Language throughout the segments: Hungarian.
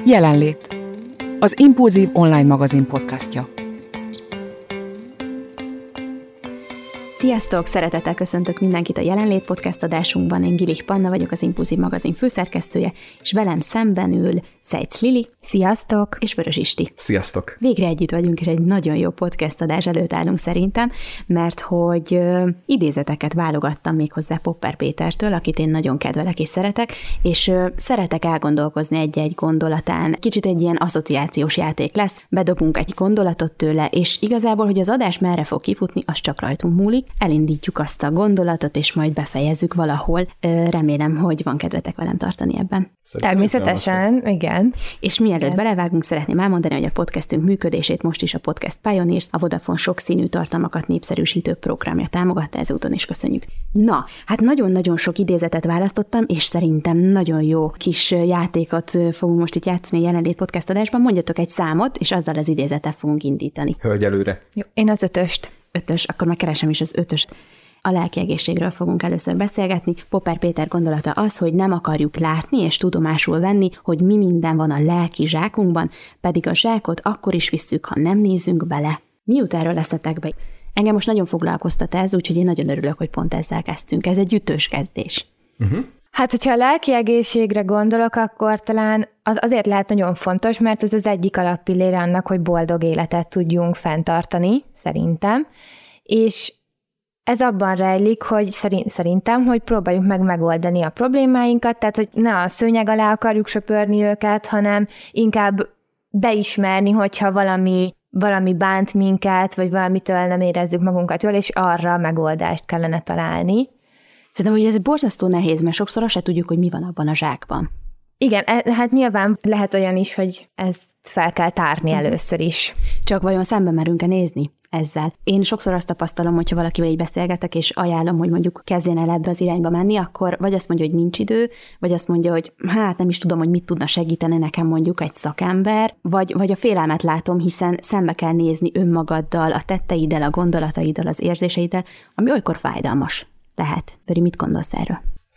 Jelenlét. Az Impulzív online magazin podcastja. Sziasztok! Szeretettel köszöntök mindenkit a Jelenlét podcast adásunkban. Én Gilich Panna vagyok, az Impulzív magazin főszerkesztője, és velem szemben ül Szejc Lili. Sziasztok! És Vörös Isti. Sziasztok! Végre együtt vagyunk, és egy nagyon jó podcast adás előtt állunk szerintem, mert hogy idézeteket válogattam még hozzá Popper Pétertől, akit én nagyon kedvelek és szeretek, és szeretek elgondolkozni egy-egy gondolatán. Kicsit egy ilyen asszociációs játék lesz, bedobunk egy gondolatot tőle, és igazából, hogy az adás merre fog kifutni, az csak rajtunk múlik. Elindítjuk azt a gondolatot, és majd befejezzük valahol. Remélem, hogy van kedvetek velem tartani ebben. Természetesen, igen. És mielőtt belevágunk, szeretném elmondani, hogy a podcastünk működését most is a Podcast Pioneers, a Vodafone sokszínű tartalmakat népszerűsítő programja támogatta, ezúton is köszönjük. Na, hát nagyon-nagyon sok idézetet választottam, és szerintem nagyon jó kis játékot fogunk most itt játszani a Jelenlét podcast adásban. Mondjatok egy számot, és azzal az idézettel fogunk indítani. Hölgy előre. Jó, én az 5-öst. 5-ös, akkor megkeresem is az 5-ös. A lelki egészségről fogunk először beszélgetni. Popper Péter gondolata az, hogy nem akarjuk látni és tudomásul venni, hogy mi minden van a lelki zsákunkban, pedig a zsákot akkor is visszük, ha nem nézünk bele. Mi jut erről eszetekbe? Engem most nagyon foglalkoztat ez, úgyhogy én nagyon örülök, hogy pont ezzel kezdtünk. Ez egy ütős kezdés. Hát, hogyha a lelki egészségre gondolok, akkor talán az azért lehet nagyon fontos, mert ez az egyik alappillére annak, hogy boldog életet tudjunk fenntartani, szerintem. És ez abban rejlik, hogy szerintem, hogy próbáljuk meg megoldani a problémáinkat, tehát, hogy ne a szőnyeg alá akarjuk söpörni őket, hanem inkább beismerni, hogyha valami bánt minket, vagy valamitől nem érezzük magunkat jól, és arra megoldást kellene találni. Szerintem, hogy ez borzasztó nehéz, mert sokszor azt se tudjuk, hogy mi van abban a zsákban. Igen, hát nyilván lehet olyan is, hogy ezt fel kell tárni először is. Csak vajon szembe merünk-e nézni ezzel? Én sokszor azt tapasztalom, hogyha valakivel így beszélgetek, és ajánlom, hogy mondjuk kezdjen el ebbe az irányba menni, akkor vagy azt mondja, hogy nincs idő, vagy azt mondja, hogy hát nem is tudom, hogy mit tudna segíteni nekem mondjuk egy szakember, vagy a félelmet látom, hiszen szembe kell nézni önmagaddal, a tetteiddel, a gondolataiddal, az érzéseiddel, ami olykor fájdalmas lehet. Böri, mit gondolsz erről?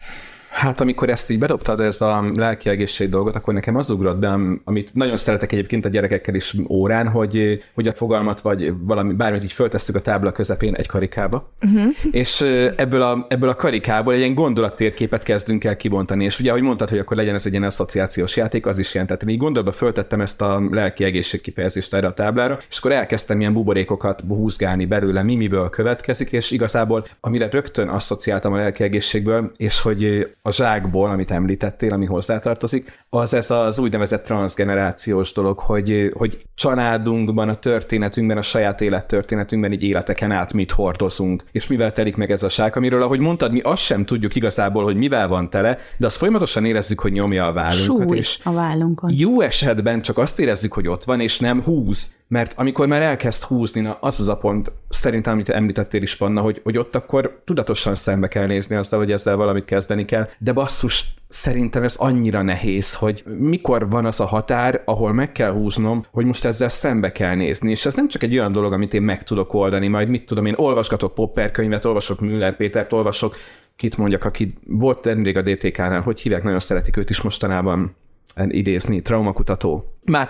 Hát amikor ezt így bedobtad, ez a lelki egészség dolgot, akkor nekem az ugrott be, amit nagyon szeretek egyébként a gyerekekkel is órán, hogy a fogalmat, vagy bármit így föltesszük a tábla közepén egy karikába, és ebből a karikából egy ilyen gondolattérképet kezdünk el kibontani, és ugye, ahogy mondtad, hogy akkor legyen ez egy ilyen asszociációs játék, az is jelentett. Én így gondolatba föltettem ezt a lelki egészség kifejezést erre a táblára, és akkor elkezdtem ilyen buborékokat húzgálni belőle, miből következik, és igazából amire rögtön asszociáltam a lelki egészségből, és hogy a zsákból, amit említettél, ami hozzátartozik, az ez az úgynevezett transzgenerációs dolog, hogy családunkban, a történetünkben, a saját élettörténetünkben így életeken át mit hordozunk, és mivel telik meg ez a zsák, amiről, ahogy mondtad, mi azt sem tudjuk igazából, hogy mivel van tele, de azt folyamatosan érezzük, hogy nyomja a vállunkat. Súly és a vállunkon. Jó esetben csak azt érezzük, hogy ott van, és nem húz. Mert amikor már elkezd húzni, az a pont, szerintem, amit említettél is, Panna, hogy ott akkor tudatosan szembe kell nézni azzal, hogy ezzel valamit kezdeni kell, de basszus, szerintem ez annyira nehéz, hogy mikor van az a határ, ahol meg kell húznom, hogy most ezzel szembe kell nézni, és ez nem csak egy olyan dolog, amit én meg tudok oldani, majd mit tudom, én olvasgatok Popper könyvet, olvasok Müller Pétert, olvasok, kit mondjak, aki volt nemrég a DTK-nál, hogy hívják, nagyon szeretik őt is mostanában idézni, traumakutató.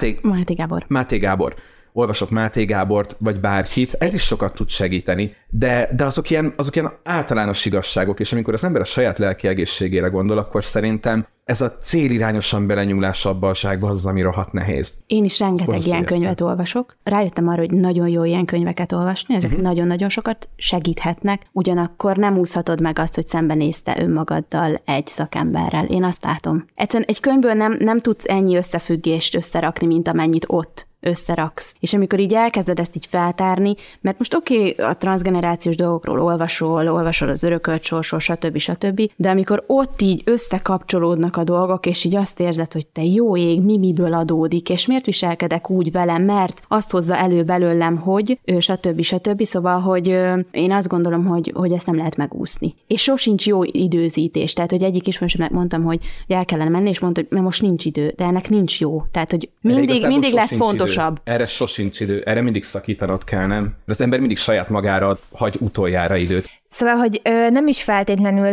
Máté Gábor. Olvasok Máté Gábort, vagy bárkit, ez is sokat tud segíteni, de azok ilyen általános igazságok, és amikor az ember a saját lelki egészségére gondol, akkor szerintem ez a célirányosan belenyúlás abba a zsákba az, ami rohadt nehéz. Én is rengeteg ilyen könyvet olvasok. Rájöttem arra, hogy nagyon jó ilyen könyveket olvasni, ezek nagyon-nagyon sokat segíthetnek, ugyanakkor nem úszhatod meg azt, hogy szembenézte önmagaddal egy szakemberrel. Én azt látom. Egyszerűen egy könyvből nem tudsz ennyi összefüggést összerakni, mint amennyit ott összeraksz. És amikor így elkezded ezt így feltárni, mert most oké, a transzgenerációs dolgokról olvasol az örökölt sorsról, stb. De amikor ott így összekapcsolódnak a dolgok, és így azt érzed, hogy te jó ég, miből adódik, és miért viselkedek úgy velem, mert azt hozza elő belőlem, hogy stb. Szóval, hogy én azt gondolom, hogy ezt nem lehet megúszni. És sosincs jó időzítés. Tehát, hogy egyik ismerősömnek mondtam, hogy el kellene menni, és mondta, hogy mert most nincs idő, de ennek nincs jó. Tehát, hogy mindig lesz fontosabb. Erre sosincs idő, erre mindig szakítanod kell, nem? De az ember mindig saját magára hagy utoljára időt. Szóval, hogy nem is feltétlenül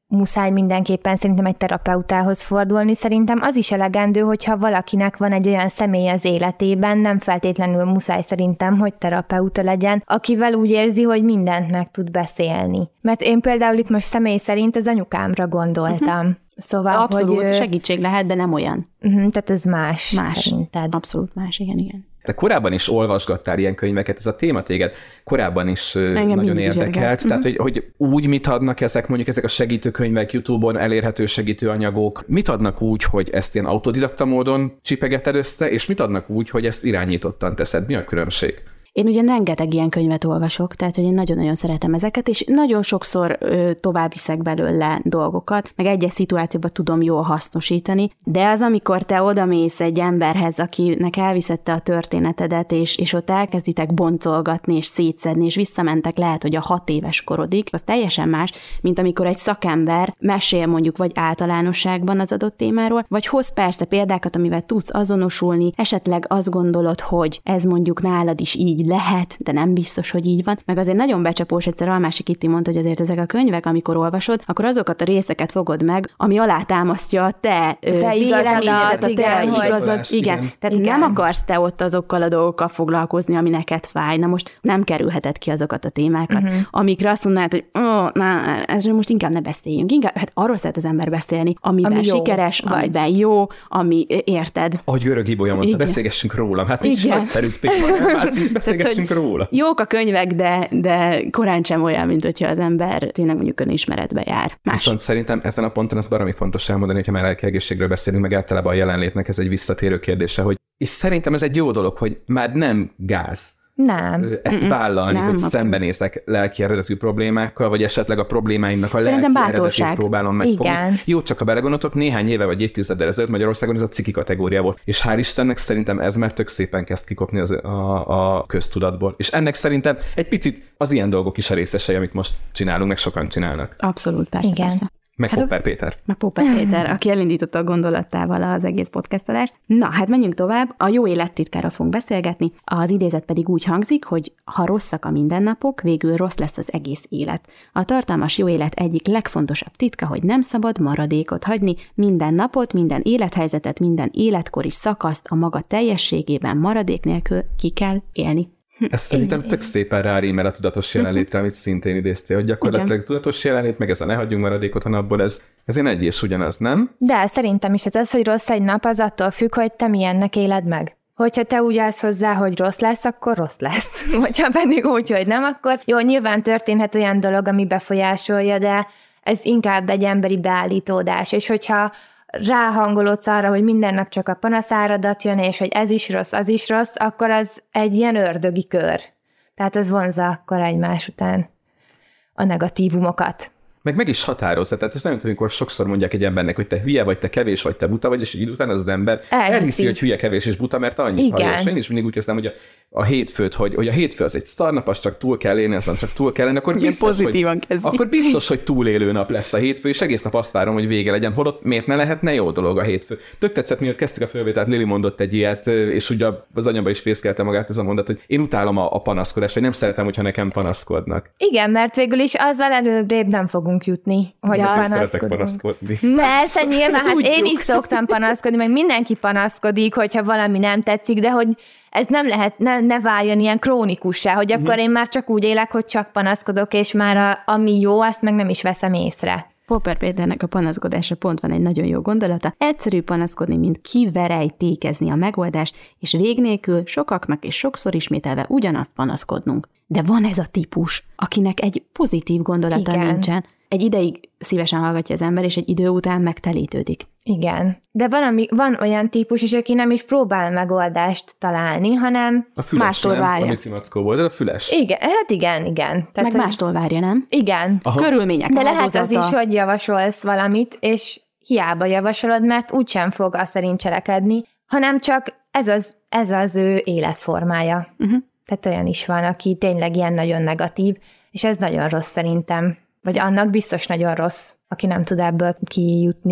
muszáj mindenképpen szerintem egy terapeutához fordulni. Szerintem az is elegendő, hogyha valakinek van egy olyan személy az életében, nem feltétlenül muszáj szerintem, hogy terapeuta legyen, akivel úgy érzi, hogy mindent meg tud beszélni. Mert én például itt most személy szerint az anyukámra gondoltam. Szóval, abszolút, hogy segítség lehet, de nem olyan. Tehát ez más szerinted. Abszolút más, igen. Te korábban is olvasgattál ilyen könyveket, ez a téma téged korábban is nagyon érdekelt. Tehát, hogy úgy mit adnak ezek, mondjuk ezek a segítőkönyvek, YouTube-on elérhető segítőanyagok, mit adnak úgy, hogy ezt ilyen autodidakta módon csipegeted össze, és mit adnak úgy, hogy ezt irányítottan teszed? Mi a különbség? Én ugye rengeteg ilyen könyvet olvasok, tehát hogy én nagyon-nagyon szeretem ezeket, és nagyon sokszor tovább viszek belőle dolgokat, meg egyes szituációban tudom jól hasznosítani, de az, amikor te odamész egy emberhez, akinek elviszette a történetedet, és ott elkezditek boncolgatni, és szétszedni, és visszamentek lehet, hogy a 6 éves korodig, az teljesen más, mint amikor egy szakember mesél mondjuk vagy általánosságban az adott témáról, vagy hoz persze példákat, amivel tudsz azonosulni, esetleg azt gondolod, hogy ez mondjuk nálad is így lehet, de nem biztos, hogy így van. Meg azért nagyon becsapós, egyszer Almási Kitti mondta, hogy azért ezek a könyvek, amikor olvasod, akkor azokat a részeket fogod meg, ami alátámasztja a te véleményedet, a te igazad. Igen. Tehát nem akarsz te ott azokkal a dolgokkal foglalkozni, ami neked fáj. Na most nem kerülheted ki azokat a témákat, amikre azt mondanád, hogy ezzel most inkább ne beszéljünk. Hát arról szeret az ember beszélni, amiben sikeres, amiben jó, ami érted. Ahogy Görög Ibolya mondta, beszélgessünk róla. Hát nincs nagyszerű téma, beszélgessünk róla. Jók a könyvek, de korán sem olyan, mint hogyha az ember tényleg mondjuk önismeretbe jár. Viszont szerintem ezen a ponton az baromi fontos elmondani, hogyha már lelki egészségről beszélünk, meg általában a jelenlétnek ez egy visszatérő kérdése, hogy és szerintem ez egy jó dolog, hogy már nem gáz. Nem. Ezt vállalni, hogy szembenézek lelki eredetű problémákkal, vagy esetleg a problémáimnak a lelki eredetét próbálom megfogni. Igen. Jó, csak ha belegondoltok, néhány éve vagy évtizeddel ezelőtt Magyarországon ez a ciki kategória volt. És hál' Istennek szerintem ez már tök szépen kezd kikopni a köztudatból. És ennek szerintem egy picit az ilyen dolgok is a részesei, amit most csinálunk, meg sokan csinálnak. Abszolút, persze. Meg Popper Péter. Meg Popper Péter, aki elindította a gondolattával az egész podcastadást. Na, hát menjünk tovább. A jó élet titkáról fogunk beszélgetni. Az idézet pedig úgy hangzik, hogy ha rosszak a mindennapok, végül rossz lesz az egész élet. A tartalmas jó élet egyik legfontosabb titka, hogy nem szabad maradékot hagyni. Minden napot, minden élethelyzetet, minden életkori szakaszt a maga teljességében maradék nélkül ki kell élni. Ez szerintem tök szépen rárímel a tudatos jelenlétre, amit szintén idéztél, hogy gyakorlatilag tudatos jelenlét, meg ez a ne hagyjunk maradékot a napból, ez én egy és ugyanaz, nem? De szerintem is az, hogy rossz egy nap, az attól függ, hogy te milyennek éled meg. Hogyha te úgy állsz hozzá, hogy rossz lesz, akkor rossz lesz. Hogyha pedig úgy, hogy nem, akkor jó, nyilván történhet olyan dolog, ami befolyásolja, de ez inkább egy emberi beállítódás, és hogyha ráhangolódsz arra, hogy minden nap csak a panaszáradat jön, és hogy ez is rossz, az is rossz, akkor az egy ilyen ördögi kör. Tehát ez vonzza akkor egymás után a negatívumokat. Meg is határozza. Tehát ez nem, amikor sokszor mondják egy embernek, hogy te hülye vagy, te kevés vagy, te buta vagy, és egy idő után az ember elhiszi, hogy hülye, kevés és buta, mert annyit hallja. És én is mindig úgy kezdem, hogy a hétfőt, hogy a hétfő az egy szarnap, az csak túl kell élni, azon csak túl kell élni, akkor biztos, hogy túlélő nap lesz a hétfő, és egész nap azt várom, hogy vége legyen. Holott miért ne lehetne jó dolog a hétfő? Tök tetszett, miért kezdtük a fölvételt, Lili mondott egy ilyet, és ugye az anyamba is fészkelte magát ez a mondat, hogy én utálom a panaszkodást, vagy nem szeretem, hogyha nekem panaszkodnak. Igen, mert végül is azzal előbbrébb nem fogunk jutni, hogy panaszkodni. Persze, nyilván, hát én is szoktam panaszkodni, meg mindenki panaszkodik, hogyha valami nem tetszik, de hogy ez nem lehet, ne váljon ilyen krónikussá, hogy akkor én már csak úgy élek, hogy csak panaszkodok, és már ami jó, azt meg nem is veszem észre. Popper Péternek a panaszkodásra pont van egy nagyon jó gondolata. Egyszerű panaszkodni, mint kiverejtékezni a megoldást, és vég nélkül sokaknak és sokszor ismételve ugyanazt panaszkodnunk. De van ez a típus, akinek egy pozitív gondolata nincsen. Egy ideig szívesen hallgatja az ember, és egy idő után megtelítődik. Igen. De van olyan típus is, aki nem is próbál megoldást találni, hanem a füles, mástól nem? várja. Ami cimackó volt, de a füles. Igen, hát igen. Tehát, meg mástól várja, nem? Igen. Aha. Körülmények. De lehet az is, hogy javasolsz valamit, és hiába javasolod, mert úgysem fog azt szerint cselekedni, hanem csak ez az ő életformája. Tehát olyan is van, aki tényleg ilyen nagyon negatív, és ez nagyon rossz szerintem. Vagy annak biztos nagyon rossz, aki nem tud ebből kijutni.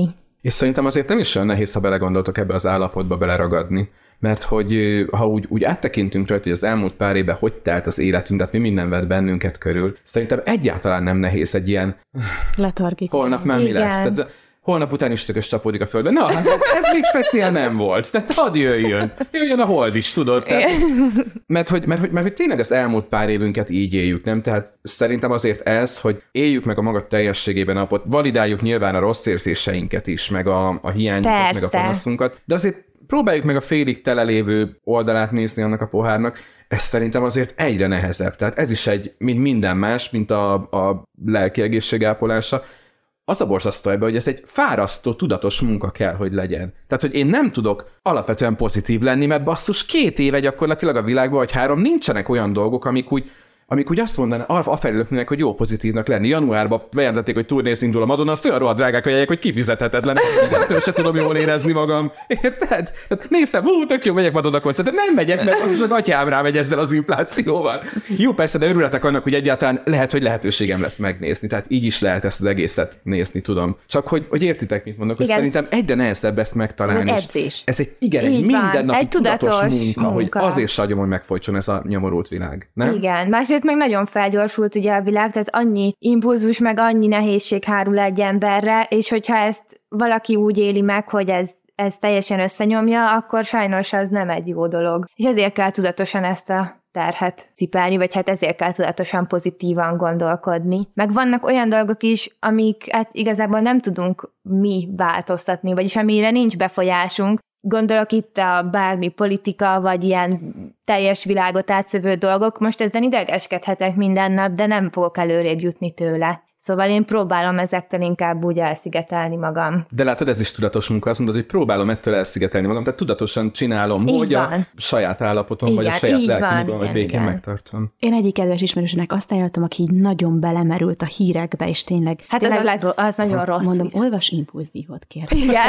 És szerintem azért nem is olyan nehéz, ha belegondoltok ebbe az állapotba beleragadni, mert hogy ha úgy áttekintünk rajta, hogy az elmúlt pár évben hogy telt az életünk, tehát mi minden vett bennünket körül, szerintem egyáltalán nem nehéz egy ilyen letargikus. Holnap már mi lesz? Tehát holnap után is tökös csapódik a földbe. Na, hát ez még speciál nem volt. Tehát hadd jöjjön a hold is, tudod? Tehát, mert hogy tényleg az elmúlt pár évünket így éljük, nem? Tehát szerintem azért ez, hogy éljük meg a maga teljességében napot, validáljuk nyilván a rossz érzéseinket is, meg a hiányokat, meg a panaszunkat, de azért próbáljuk meg a félig telelévő oldalát nézni annak a pohárnak, ez szerintem azért egyre nehezebb. Tehát ez is mint minden más, mint a lelki egészség ápolása. Az a borzasztó ebben, hogy ez egy fárasztó, tudatos munka kell, hogy legyen. Tehát, hogy én nem tudok alapvetően pozitív lenni, mert basszus 2 éve gyakorlatilag a világban, vagy 3 nincsenek olyan dolgok, amik úgy azt mondaná, afelé löknének, hogy jó pozitívnak lenni. Januárban bejelentették, hogy turnézni indul a Madonna, azt olyan rohadt drágák a jegyek, hogy kifizethetetlen. Ettől se tudom jól érezni magam. Érted? Tehát néztem, tök jó, megyek Madonna koncertre, de nem megyek, mert az atyám rá megy ezzel az inflációval. Jó, persze, de örületek annak, hogy egyáltalán hogy lehetőségem lesz megnézni. Tehát így is lehet ezt az egészet nézni, tudom. Csak hogy értitek, mit mondok, hogy szerintem egyre nehezebb ezt megtalálni. Ez egy edzés. Ez egy mindennapi egy tudatos munka, hogy azért se hagyom, hogy megfojtson ez a nyomorult világ. Nem? Igen, másrészt meg nagyon felgyorsult ugye a világ, tehát annyi impulzus, meg annyi nehézség hárul egy emberre, és hogyha ezt valaki úgy éli meg, hogy ez teljesen összenyomja, akkor sajnos az nem egy jó dolog. És ezért kell tudatosan ezt a terhet cipelni, vagy hát ezért kell tudatosan pozitívan gondolkodni. Meg vannak olyan dolgok is, amiket igazából nem tudunk mi változtatni, vagyis amire nincs befolyásunk. Gondolok itt a bármi politika, vagy ilyen teljes világot átszövő dolgok. Most ezen idegeskedhetek minden nap, de nem fogok előrébb jutni tőle. Szóval én próbálom ezektől inkább úgy elszigetelni magam. De látod, ez is tudatos munka. Azt mondod, hogy próbálom ettől elszigetelni magam, tehát tudatosan csinálom, így hogy van. A saját állapotom, vagy a saját lelkimben, vagy békén megtartom. Én egyik kedves ismerősnek azt ajánlottam, aki így nagyon belemerült a hírekbe, és tényleg... Hát tényleg, az nagyon rossz. Mondom, olvas impulzívot, kérlek. Igen.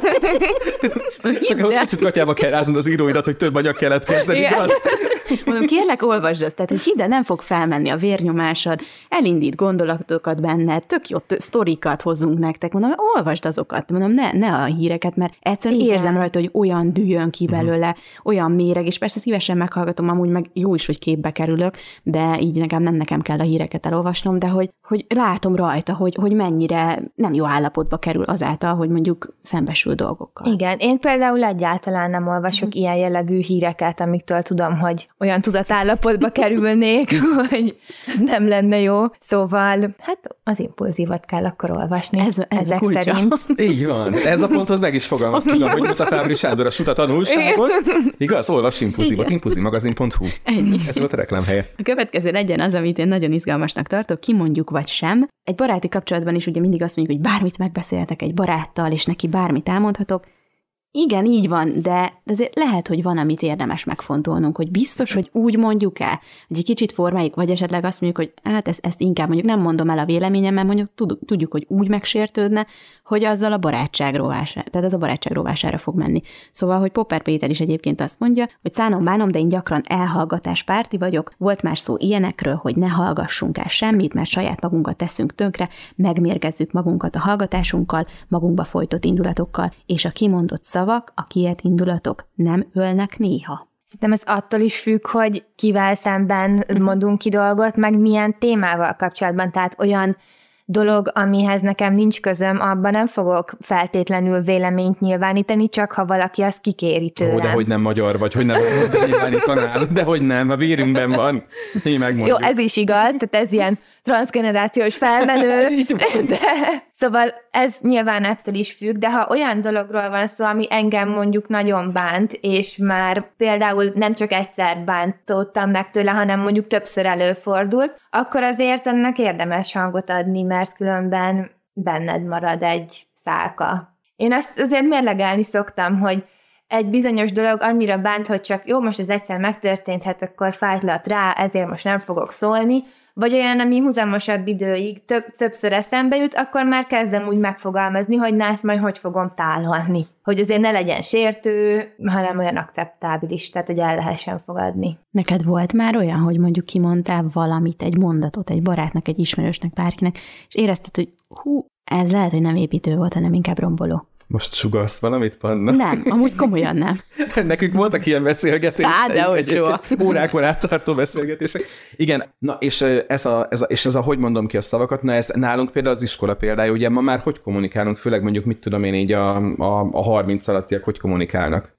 Csak ahhoz kicsit gatyába kell ráznod az íróidat, hogy több anyag kellett kezdeni. Mondom, kérlek, olvasd azt, tehát, hogy hidd el, nem fog felmenni a vérnyomásod, elindít gondolatokat benned, tök jó sztorikat hozunk nektek, mondom, olvasd azokat, mondom, ne a híreket, mert egyszerűen érzem rajta, hogy olyan dühjön ki belőle, olyan méreg, és persze szívesen meghallgatom, amúgy meg jó is, hogy képbe kerülök, de így nekem kell a híreket elolvasnom, de hogy látom rajta, hogy mennyire nem jó állapotba kerül azáltal, hogy mondjuk szembesül dolgokkal. Igen, én például egyáltalán nem olvasok ilyen jellegű híreket, amiktől tudom, hogy olyan tudatállapotba kerülnék, hogy nem lenne jó. Szóval, hát az impulzívat kell akkor olvasni. Ezek szerint. Így van. Ez a ponthoz meg is fogalmaztam, hogy Muca Fábri Sándor a Suta tanulságot. Igaz? Olvas impulzívot. Impulzívmagazin.hu. Ennyi. Ez volt a reklámhelye. A következő legyen az, amit én nagyon izgalmasnak tartok, kimondjuk vagy sem. Egy baráti kapcsolatban is ugye mindig azt mondjuk, hogy bármit megbeszéltek egy baráttal, és neki bármit elmondhatok. Igen, így van, de azért lehet, hogy van, amit érdemes megfontolnunk, hogy biztos, hogy úgy mondjuk el, hogy egy kicsit formáljuk, vagy esetleg azt mondjuk, hogy hát ezt inkább mondjuk nem mondom el a véleményem, mert mondjuk tudjuk, hogy úgy megsértődne, hogy azzal a barátság rovására, tehát ez a barátság rovására fog menni. Szóval, hogy Popper Péter is egyébként azt mondja, hogy szánom bánom, de én gyakran elhallgatáspárti vagyok, volt már szó ilyenekről, hogy ne hallgassunk el semmit, mert saját magunkat teszünk tönkre, megmérgezzük magunkat a hallgatásunkkal, magunkba folytott indulatokkal, és a kimondott szavak, a kiélt indulatok nem ölnek néha. Szerintem ez attól is függ, hogy kivel szemben mondunk ki dolgot, meg milyen témával kapcsolatban. Tehát olyan dolog, amihez nekem nincs közöm, abban nem fogok feltétlenül véleményt nyilvánítani, csak ha valaki azt kikéri tőlem. De hogy nem magyar vagy, hogy nem nyilvánítanál, de hogy nem, a vérünkben van. Én megmondjuk. Jó, ez is igaz, tehát ez ilyen transzgenerációs felmenő, de szóval ez nyilván ettől is függ, de ha olyan dologról van szó, ami engem mondjuk nagyon bánt, és már például nem csak egyszer bántottam meg tőle, hanem mondjuk többször előfordult, akkor azért ennek érdemes hangot adni, mert különben benned marad egy szálka. Én ezt azért mérlegelni szoktam, hogy egy bizonyos dolog annyira bánt, hogy csak jó, most ez egyszer megtörtént, hát akkor fájtlat rá, ezért most nem fogok szólni, vagy olyan, ami húzamosabb időig többször eszembe jut, akkor már kezdem úgy megfogalmazni, hogy na, ezt majd hogy fogom tálalni. Hogy azért ne legyen sértő, hanem olyan akceptábilis, tehát hogy el lehessen fogadni. Neked volt már olyan, hogy mondjuk kimondtál valamit, egy mondatot, egy barátnak, egy ismerősnek, bárkinek, és érezted, hogy ez lehet, hogy nem építő volt, hanem inkább romboló? Most sugalsz valamit, Panna? Nem, amúgy komolyan nem. Nekünk voltak ilyen beszélgetések. Dehogy soha. Órákon át tartó beszélgetések. Igen, na és ez a hogy mondom ki a szavakat, na ez nálunk például az iskola példája, ugye ma már hogy kommunikálunk, főleg mondjuk mit tudom én így a 30 alattiak hogy kommunikálnak.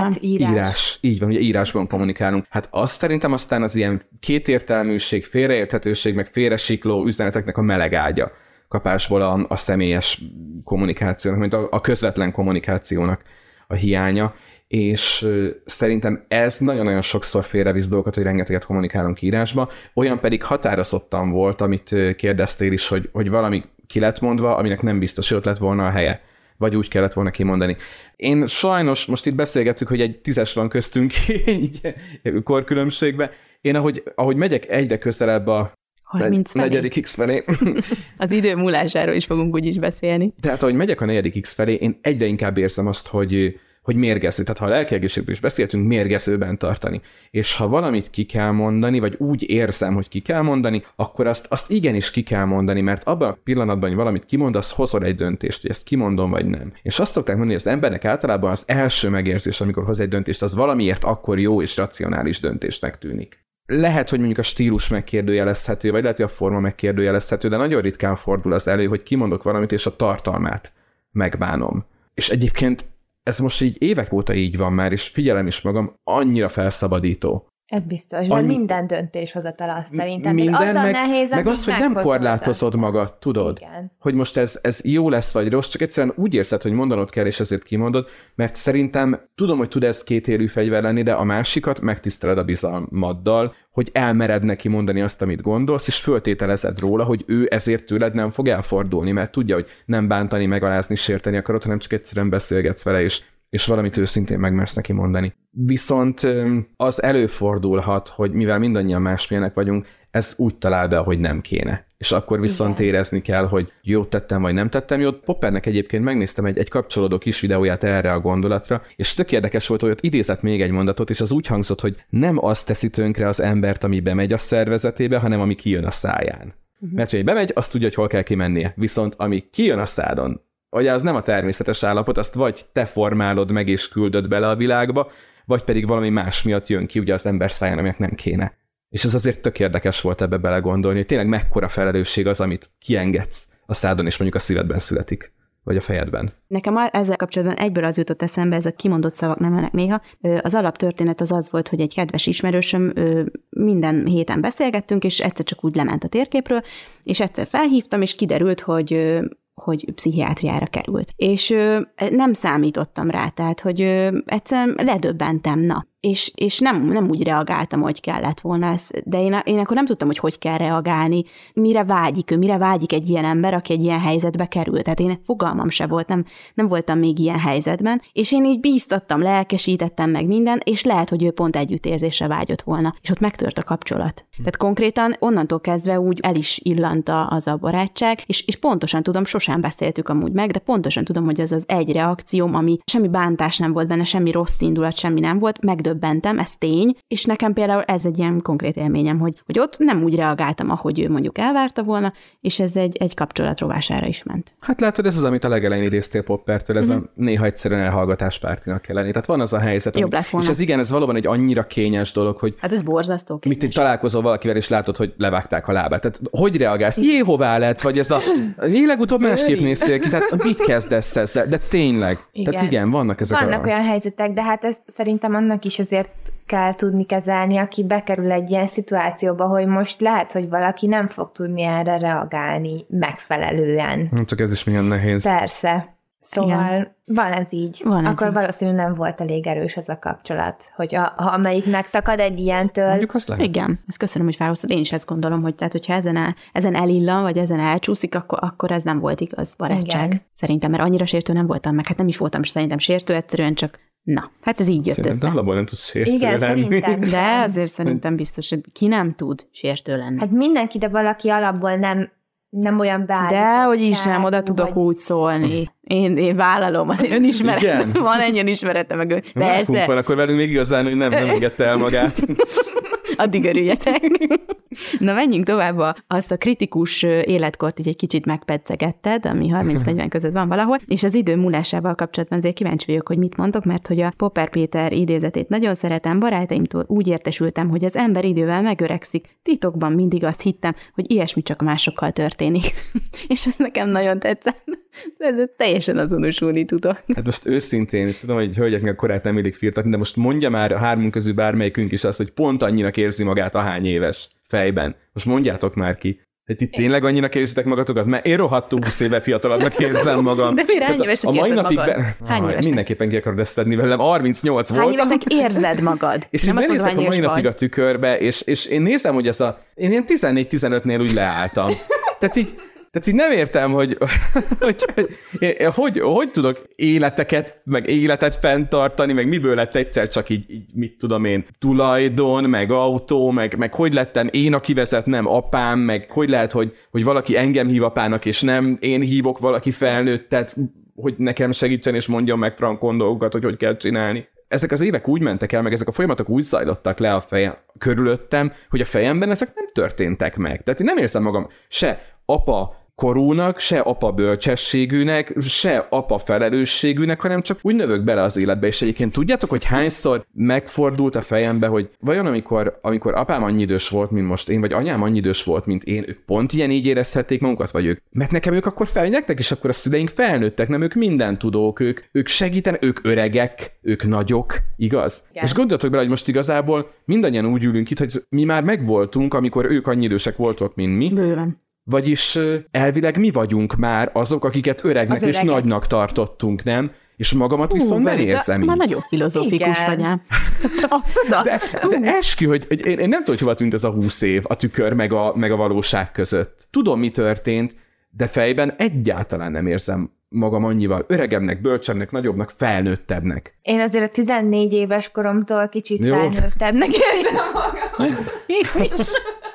Írás. Így van, ugye írásban kommunikálunk. Hát azt szerintem aztán az ilyen kétértelműség, félreérthetőség, meg félresikló üzeneteknek a melegágya kapásból a személyes kommunikációnak, mint a közvetlen kommunikációnak a hiánya, és szerintem ez nagyon-nagyon sokszor félrevisz dolgokat, hogy rengeteget kommunikálunk írásba, olyan pedig határozottan volt, amit kérdeztél is, hogy valami ki lett mondva, aminek nem biztos, hogy ott lett volna a helye, vagy úgy kellett volna kimondani. Én sajnos, most itt beszélgettük, hogy egy 10-es van köztünk így korkülönbségbe, én ahogy megyek egyre közelebb a 30 felé. 4. X felé. Az idő múlásáról is fogunk úgyis beszélni. Tehát ahogy megyek a 4. X felé, én egyre inkább érzem azt, hogy mérgező. Tehát ha a lelkiegészségről is beszéltünk, mérgezőben tartani. És ha valamit ki kell mondani, vagy úgy érzem, hogy ki kell mondani, akkor azt igenis ki kell mondani, mert abban a pillanatban, hogy valamit kimondasz, hozol egy döntést, hogy ezt kimondom, vagy nem. És azt szokták mondani, hogy az embernek általában az első megérzés, amikor hoz egy döntést, az valamiért akkor jó és racionális döntésnek tűnik. Lehet, hogy mondjuk a stílus megkérdőjelezhető, vagy lehet, hogy a forma megkérdőjelezhető, de nagyon ritkán fordul az elő, hogy kimondok valamit, és a tartalmát megbánom. És egyébként ez most így évek óta így van már, és figyelem is magam, annyira felszabadító. Ez biztos, de minden döntéshozatal azt szerintem. Minden, azzal nehéz, meg az, hogy nem korlátozod magad, tudod? Igen. Hogy most ez jó lesz, vagy rossz, csak egyszerűen úgy érzed, hogy mondanod kell, és ezért kimondod, mert szerintem tudom, hogy tud ez kétélű fegyver lenni, de a másikat megtiszteled a bizalmaddal, hogy elmered neki mondani azt, amit gondolsz, és föltételezed róla, hogy ő ezért tőled nem fog elfordulni, mert tudja, hogy nem bántani, megalázni, sérteni akarod, hanem csak egyszerűen beszélgetsz vele, és valamit őszintén megmersz neki mondani. Viszont az előfordulhat, hogy mivel mindannyian másmilyenek vagyunk, ez úgy talál be, hogy nem kéne. És akkor viszont érezni kell, hogy jót tettem, vagy nem tettem jót. Poppernek egyébként megnéztem egy kapcsolódó kis videóját erre a gondolatra, és tök érdekes volt, hogy ott idézett még egy mondatot, és az úgy hangzott, hogy nem azt teszi tönkre az embert, ami bemegy a szervezetébe, hanem ami kijön a száján. Mert hogy bemegy, azt tudja, hogy hol kell kimennie. Viszont ami kijön a szádon, ugye az nem a természetes állapot, azt vagy te formálod meg és küldöd bele a világba, vagy pedig valami más miatt jön ki ugye az ember száján, aminek nem kéne. És ez azért tök érdekes volt ebbe belegondolni, hogy tényleg mekkora felelősség az, amit kiengedsz a szádon, és mondjuk a szívedben születik, vagy a fejedben. Nekem ezzel kapcsolatban egyből az jutott eszembe, ezek kimondott szavak nem ennek néha. Az alaptörténet az volt, hogy egy kedves ismerősöm, minden héten beszélgettünk, és egyszer csak úgy lement a térképről, és egyszer felhívtam, és kiderült, hogy pszichiátriára került. És nem számítottam rá, tehát, hogy egyszerűen ledöbbentem, és nem úgy reagáltam, hogy kellett volna, de én akkor nem tudtam, hogy kell reagálni, mire vágyik egy ilyen ember, aki egy ilyen helyzetbe került. Tehát én fogalmam se volt, nem voltam még ilyen helyzetben, és én így bíztattam, lelkesítettem meg minden, és lehet, hogy ő pont együttérzésre vágyott volna, és ott megtört a kapcsolat. Tehát konkrétan onnantól kezdve úgy el is illant az a barátság, és pontosan tudom, sosem beszéltük amúgy meg, de pontosan tudom, hogy az egy reakcióm, ami semmi bántás nem volt benne, semmi rossz indulat, semmi nem volt, megdöbbentem, ez tény, és nekem például ez egy ilyen konkrét élményem, hogy ott nem úgy reagáltam, ahogy ő mondjuk elvárta volna, és ez egy kapcsolat rovására is ment. Hát látod, ez az, amit a legelején idéztél Poppertől, ez a néha egyszerűen elhallgatáspártinak kell lenni. Tehát van az a helyzet, jobb lett volna. És ez valóban egy annyira kényes dolog, hogy hát ez borzasztó kényes. Mit találkozol valakivel, és látod, hogy levágták a lábát. Tehát hogy reagálsz? Hová lett? Vagy ez a legutóbb másképp néztél ki, tehát mit kezdesz ezzel? De tényleg. Igen. Tehát igen, vannak ezek vannak olyan helyzetek, de hát ezt szerintem annak is azért kell tudni kezelni, aki bekerül egy ilyen szituációba, hogy most lehet, hogy valaki nem fog tudni erre reagálni megfelelően. Csak ez is milyen nehéz. Persze. Szóval igen. Van ez így. Akkor valószínűleg nem volt elég erős az a kapcsolat, hogy ha amelyiknek szakad egy ilyentől. Mondjuk azt lehet. Igen, ezt köszönöm, hogy felhoztad. Én is ezt gondolom, hogy tehát, hogyha ezen elillan, vagy ezen elcsúszik, akkor ez nem volt igaz barátság. Igen. Szerintem, mert annyira sértő nem voltam, meg hát nem is voltam szerintem sértő, egyszerűen csak hát ez így jött össze. De alapból nem tudsz sértő igen, lenni. Szerintem de azért szerintem biztos, hogy ki nem tud sértő lenni. Hát mindenki, de valaki alapból nem olyan beállított. De hogy is nem, oda tudok úgy szólni. Én vállalom, az önismeretem. Van ennyi önismeretem, meg persze. Van, akkor velünk még igazán, hogy nem engedte el magát. Addig örüljetek. Na, menjünk tovább, azt a kritikus életkort így egy kicsit megpedzegetted, ami 30-40 között van valahol, és az idő múlásával kapcsolatban azért kíváncsi vagyok, hogy mit mondtok, mert hogy a Popper Péter idézetét nagyon szeretem, barátaimtól úgy értesültem, hogy az ember idővel megöregszik. Titokban mindig azt hittem, hogy ilyesmi csak másokkal történik. És ez nekem nagyon tetszett. Ez teljesen azonosulni tudok. Hát most őszintén, tudom, hogy hölgyeknek a korát nem illik firtatni, de most mondja már a hármunk közül bármelyikünk is azt, hogy pont annyinak érzi magát ahány éves fejben. Most mondjátok már ki. Hát itt tényleg annyinak érzitek magatokat? Mert én rohadtul 20 éve fiatalabbnak érzem magam. De mire hány évesnek érzed magad? Hány évesnek? Mindenképpen ki akarod ezt tenni velem. 38 voltam. Hány évesnek érzed magad? És én benézek a mai napig a tükörbe, és én nézem, hogy én ilyen 14-15-nél úgy leálltam. Tehát így nem értem, hogy tudok életet fenntartani, meg miből lett egyszer csak így mit tudom én, tulajdon, meg autó, meg hogy lettem én, aki vezet, nem apám, meg hogy lehet, hogy valaki engem hív apának, és nem én hívok valaki felnőttet, hogy nekem segítsen, és mondjon meg frankon dolgokat, hogy kell csinálni. Ezek az évek úgy mentek el, meg ezek a folyamatok úgy zajlottak le a fejem körülöttem, hogy a fejemben ezek nem történtek meg. Tehát én nem érzem magam se apa korúnak, se apa bölcsességűnek, se apa felelősségűnek, hanem csak úgy növök bele az életbe. És egyébként tudjátok, hogy hányszor megfordult a fejembe, hogy vajon amikor apám annyi idős volt, mint most én, vagy anyám annyi idős volt, mint én, ők pont ilyen így érezhették magukat, vagy ők? Mert nekem ők akkor felnőttek, és akkor a szüleink felnőttek, nem ők mindentudók, ők segítenek, ők öregek, ők nagyok, igaz? Igen. És gondoljatok bele, hogy most igazából mindannyian úgy ülünk itt, hogy mi már megvoltunk, amikor ők annyi idősek voltak, mint mi. Bőven. Vagyis elvileg mi vagyunk már azok, akiket öregnek és nagynak tartottunk, nem? És magamat viszont nem érzem így. Már nagyon filozófikus vagy ám. De eskü, hogy én nem tudom, hogy hova tűnt ez a 20 év a tükör meg a valóság között. Tudom, mi történt, de fejben egyáltalán nem érzem magam annyival öregebbnek, bölcsebbnek, nagyobbnak, felnőttebbnek. Én azért a 14 éves koromtól kicsit felnőttebbnek érzem magam. Én is.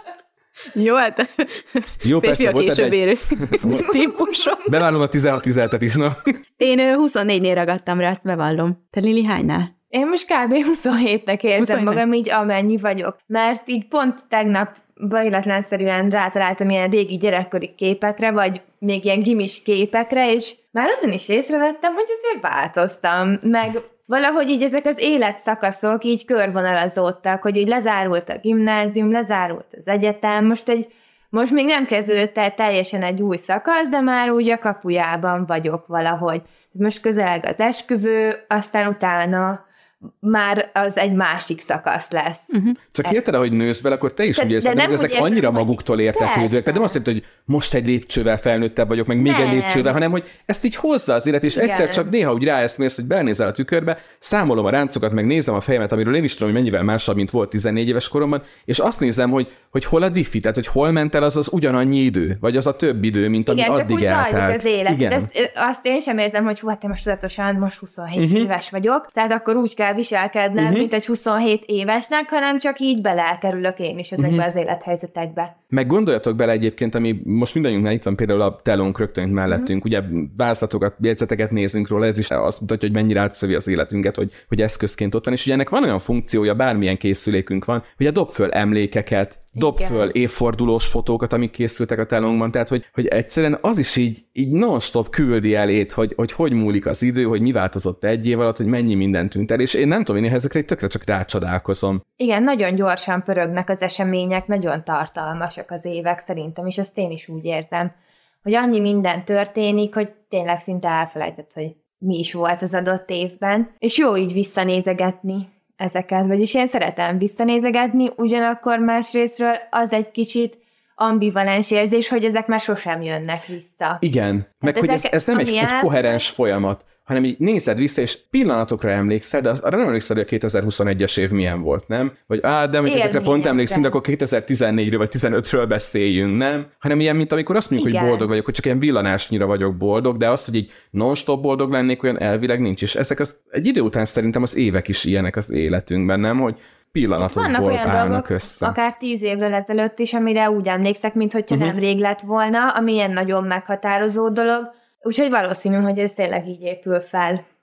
Jó, hát jó, persze, a később érő típusok. Bevállalom a 16-17-et is, na. Én 24-nél ragadtam rá, ezt bevallom. Te Lili hánynál? Én most kb. 27-nek érzem magam, így amennyi vagyok. Mert így pont tegnap véletlenszerűen rátaláltam ilyen régi gyerekkori képekre, vagy még ilyen gimis képekre, és már azon is észrevettem, hogy azért változtam, meg valahogy így ezek az életszakaszok így körvonalazódtak, hogy így lezárult a gimnázium, lezárult az egyetem, most még nem kezdődött el teljesen egy új szakasz, de már úgy a kapujában vagyok valahogy. Most közeleg az esküvő, aztán utána már az egy másik szakasz lesz. Csak érted, hogy nősz vele, akkor te is úgy érzed, hogy ezek annyira maguktól értetődőek. De nem azt mondta, hogy most egy lépcsővel felnőttebb vagyok, meg még egy lépcsővel, hanem hogy ezt így hozza az élet, és egyszer csak néha úgy ráeszmélsz, hogy belnézel a tükörbe, számolom a ráncokat, meg nézem a fejemet, amiről én is tudom, hogy mennyivel másabb, mint volt 14 éves koromban, és azt nézem, hogy hol a diffi, tehát hogy hol ment el az ugyanannyi idő, vagy az a több idő, mint ami addig eltelt. Az élet. Igen. Azt én sem érzem, hogy te most tudatosan most 27 éves vagyok, tehát akkor úgy kell viselkednem, mint egy 27 évesnek, hanem csak így belekerülök én is ezekbe az élethelyzetekbe. Meg gondoljatok bele egyébként, ami most mindannyiunknál itt van, például a telónk rögtön mellettünk, ugye vázlatokat, jegyzeteket nézünk róla, ez is azt mutatja, hogy mennyire átszövi az életünket, hogy eszközként ott van, és ugye ennek van olyan funkciója, bármilyen készülékünk van, hogy dob föl emlékeket, dob föl évfordulós fotókat, amik készültek a telónkban, tehát hogy egyszerűen az is így non-stop küldi elét, hogy múlik az idő, hogy mi változott egy év alatt, hogy mennyi mindent tűnt el, és én nem tudom, én ezekre tökre csak rácsodálkozom. Igen, nagyon gyorsan pörögnek az események, nagyon tartalmasak az évek szerintem, és ezt én is úgy érzem, hogy annyi minden történik, hogy tényleg szinte elfelejtett, hogy mi is volt az adott évben, és jó így visszanézegetni ezeket, vagyis én szeretem visszanézegetni, ugyanakkor másrésztről az egy kicsit ambivalens érzés, hogy ezek már sosem jönnek vissza. Igen, meg hogy ez nem egy koherens folyamat, hanem így nézed vissza, és pillanatokra emlékszel, de arra nem emlékszel, hogy a 2021-es év milyen volt, nem? Vagy de hogy ezekre pont emlékszünk, de akkor 2014-ről vagy 15-ről beszéljünk, nem? Hanem ilyen, mint amikor azt mondjuk, hogy boldog vagyok, hogy csak ilyen villanásnyira vagyok boldog, de az, hogy így non-stop boldog lennék, olyan elvileg nincs. És ezek egy idő után szerintem az évek is ilyenek az életünkben, nem? Hogy pillanatokból állnak össze. Akár 10 évvel ezelőtt is, amire úgy emlékszek, mintha nem rég lett volna, ami ilyen nagyon meghatározó dolog. Úgyhogy valószínű, hogy ez tényleg így épül fel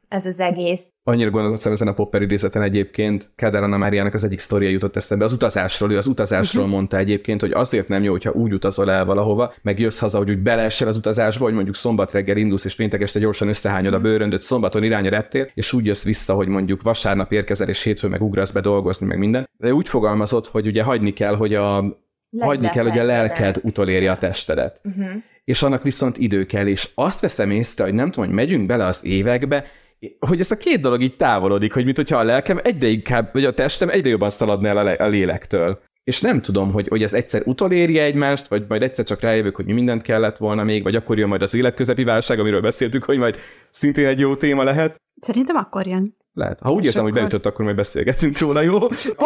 ez az egész. Annyira gondolkodtam ezen a Popper idézeten egyébként, Kádár Anna Máriának az egyik sztoria jutott eszembe, az utazásról. Ő az utazásról mondta egyébként, hogy azért nem jó, hogyha úgy utazol el valahova, meg jössz haza, hogy úgy beleesel az utazásba, hogy mondjuk szombat reggel indulsz, és péntek este gyorsan összehányod a bőröndöt, szombaton irány a reptér, és úgy jössz vissza, hogy mondjuk vasárnap érkezel, és hétfőn meg ugrasz be dolgozni, meg minden. De úgy fogalmazott, hogy ugye hagyni kell, hogy a lelked utolérje a testedet. És annak viszont idő kell, és azt veszem észre, hogy nem tudom, hogy megyünk bele az évekbe, hogy ez a két dolog így távolodik, hogy mintha a lelkem egyre inkább, vagy a testem egyre jobban szaladna el a lélektől. És nem tudom, hogy ez egyszer utolérje egymást, vagy majd egyszer csak rájövök, hogy mi mindent kellett volna még, vagy akkor jön majd az életközepi válság, amiről beszéltük, hogy majd szintén egy jó téma lehet. Szerintem akkor jön. Lehet. Ha úgy érzem, hogy beütött, akkor majd beszélgetünk róla, jó?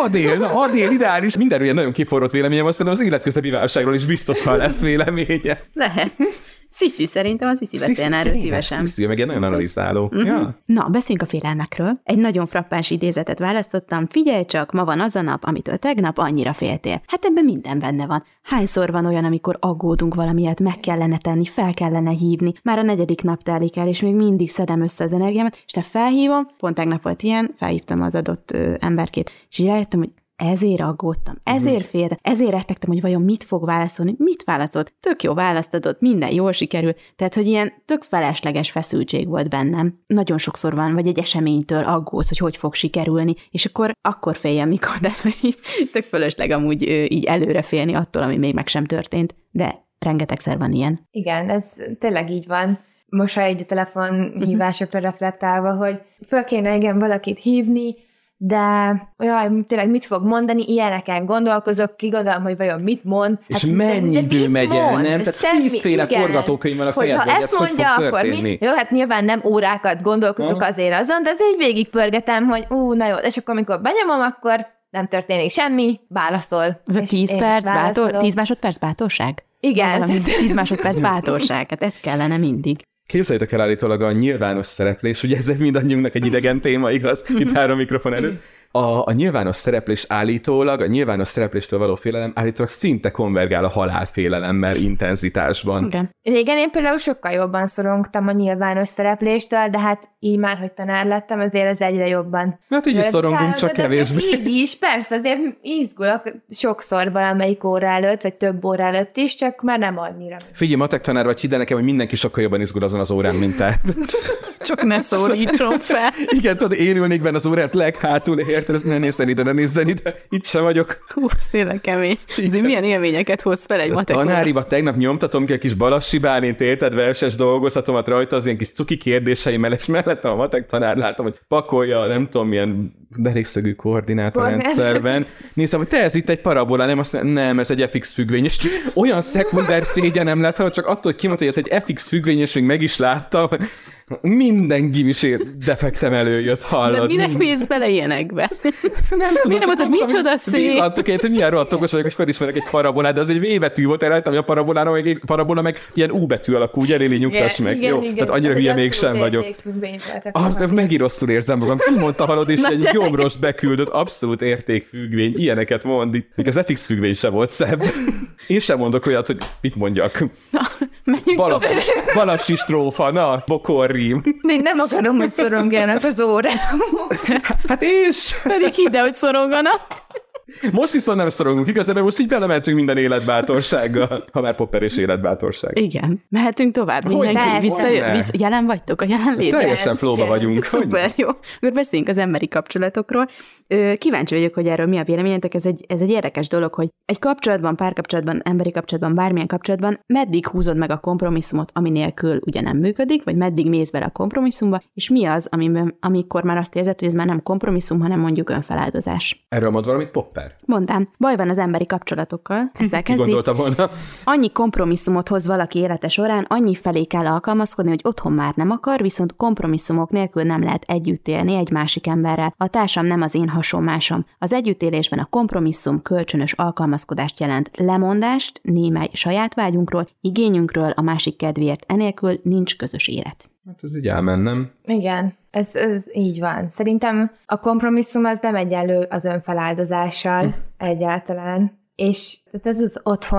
Adél, ideális. Mindenről ilyen nagyon kiforrott véleményem, aztán az életközepi válságról is biztosan lesz véleménye. Lehet. Sziszi, szerintem az Sziszi beszélne erről szívesen. Sziszi, meg egy nagyon analizáló. Ja. Na, beszéljünk a félelmekről. Egy nagyon frappáns idézetet választottam. Figyelj csak, ma van az a nap, amitől tegnap annyira féltél. Hát ebben minden benne van. Hányszor van olyan, amikor aggódunk valamiért, meg kellene tenni, fel kellene hívni. Már a 4. nap telik el, és még mindig szedem össze az energiámat, és te felhívom, pont tegnap volt ilyen, felhívtam az adott emberkét, és így rájöttem, hogy ezért aggódtam, ezért féltem, ezért rettegtem, hogy vajon mit fog válaszolni. Mit válaszolt? Tök jó választ adott, minden jól sikerül. Tehát, hogy ilyen tök felesleges feszültség volt bennem. Nagyon sokszor van, vagy egy eseménytől aggódsz, hogy fog sikerülni, és akkor féljem, mikor, de hogy így tök fölösleg amúgy így előre félni attól, ami még meg sem történt. De rengetegszer van ilyen. Igen, ez tényleg így van. Most egy a telefonhívásokra reflektálva, hogy föl kéne igen valakit hívni, de jaj, tényleg mit fog mondani, ilyeneken gondolkozok, kigondolom, hogy vajon mit mond. És hát, mennyi idő megy el, nem? Tehát 10 forgatókönyv van a fejedben, hogy ez hogy fog történni. Jó, hát nyilván nem órákat gondolkozok azért azon, de azért végigpörgetem, hogy na jó, és akkor amikor benyomom, akkor nem történik semmi, válaszol. Ez a 10 másodperc bátorság? Igen. 10 másodperc bátorság, hát ezt kellene mindig. Képzeljétek el állítólag a nyilvános szereplés, ugye ez mindannyiunknak egy idegen téma, igaz? Itt 3 mikrofon előtt. A nyilvános szereplés állítólag, a nyilvános szerepléstől való félelem állítólag szinte konvergál a halálfélelemmel intenzitásban. Okay. Régen én például sokkal jobban szorongtam a nyilvános szerepléstől, de hát így már, hogy tanár lettem, azért ez egyre jobban. Hát így is szorongunk, csak kevésbé. Így is, persze, azért izgulok sokszor valamelyik óra előtt, vagy több óra előtt is, csak már nem annyira. Figyelj, matek tanár vagy, hidd el nekem, hogy mindenki sokkal jobban izgul azon az órán, mint te. Csak ne szólítson fel. Igen, tudod, én ülnék benne az órát leghátul, érted? Ne nézzen ide, itt sem vagyok. Hú, tényleg kemény. Ez milyen élményeket hoz fel egy matek óra? Tanáriba tegnap nyomtatom ki a kis Balassi Bálint, érted, verses dolgozatomat rajta, az ilyen kis cuki kérdéseimmel, és mellettem a matek tanár, látom, hogy pakolja, nem tudom, milyen derékszögű koordinátorrendszerben. Nézem, hogy te ez itt egy parabola, nem, azt nem, ez egy FX függvény, és olyan szekunder szégyenem lett, ha csak attól, hogy kimondta, hogy ez egy FX függvény, és még meg is láttam, minden gimis defektem előjött, hallod. De minek mész bele ilyenekbe? Nem tudom. Miért mondtad, micsoda szép? Pillantok hogy milyen rohadt okos vagyok, hogy felismerek egy parabolát, de az egy V betű volt rajta, ami a parabola meg ilyen U betű alakú, ugye Lili, nyugtass meg. Igen, jó? Igen. Tehát annyira hülye mégsem vagyok. Megint rosszul érzem magam. Ki mondta, hallod, és egy gyomrost beküldött, abszolút értékfüggvény. Ilyeneket mond. Még az FX függvény sem volt szebb. Én sem mondok olyat, hogy mit mondjak. Na, menjünk tovább. Balassi strófa, na, bokorrím. Én nem akarom, hogy szorongjanak az órám. Hát és? Pedig hidd el, hogy szoronganak. Most viszont nem szorongunk, igaz, de most így belementünk minden életbátorsággal, ha már Popper és életbátorság. Igen. Mehetünk tovább. Mindenki jelen vagytok a jelenlétben? Teljesen flóba vagyunk. Szuper, jó. Akkor beszéljünk az emberi kapcsolatokról. Kíváncsi vagyok, hogy erről mi a véleményetek. Ez egy érdekes dolog, hogy egy kapcsolatban, párkapcsolatban, emberi kapcsolatban, bármilyen kapcsolatban meddig húzod meg a kompromisszumot, ami nélkül ugye nem működik, vagy meddig mész bele a kompromisszumba, és mi az, amikor már azt érzed, hogy ez már nem kompromisszum, hanem mondjuk önfeláldozás. Erről mond valamit Popper? Mondám, baj van az emberi kapcsolatokkal. Ezzel kezdi. Gondolta volna. Annyi kompromisszumot hoz valaki élete során, annyi felé kell alkalmazkodni, hogy otthon már nem akar, viszont kompromisszumok nélkül nem lehet együtt élni egy másik emberrel. A társam nem az én hasonmásom. Az együttélésben a kompromisszum kölcsönös alkalmazkodást jelent, lemondást némely saját vágyunkról, igényünkről, a másik kedvéért, enélkül nincs közös élet. Hát ez így elmennem. Igen, ez így van. Szerintem a kompromisszum az nem egyenlő az önfeláldozással egyáltalán. És tehát ez az otthon,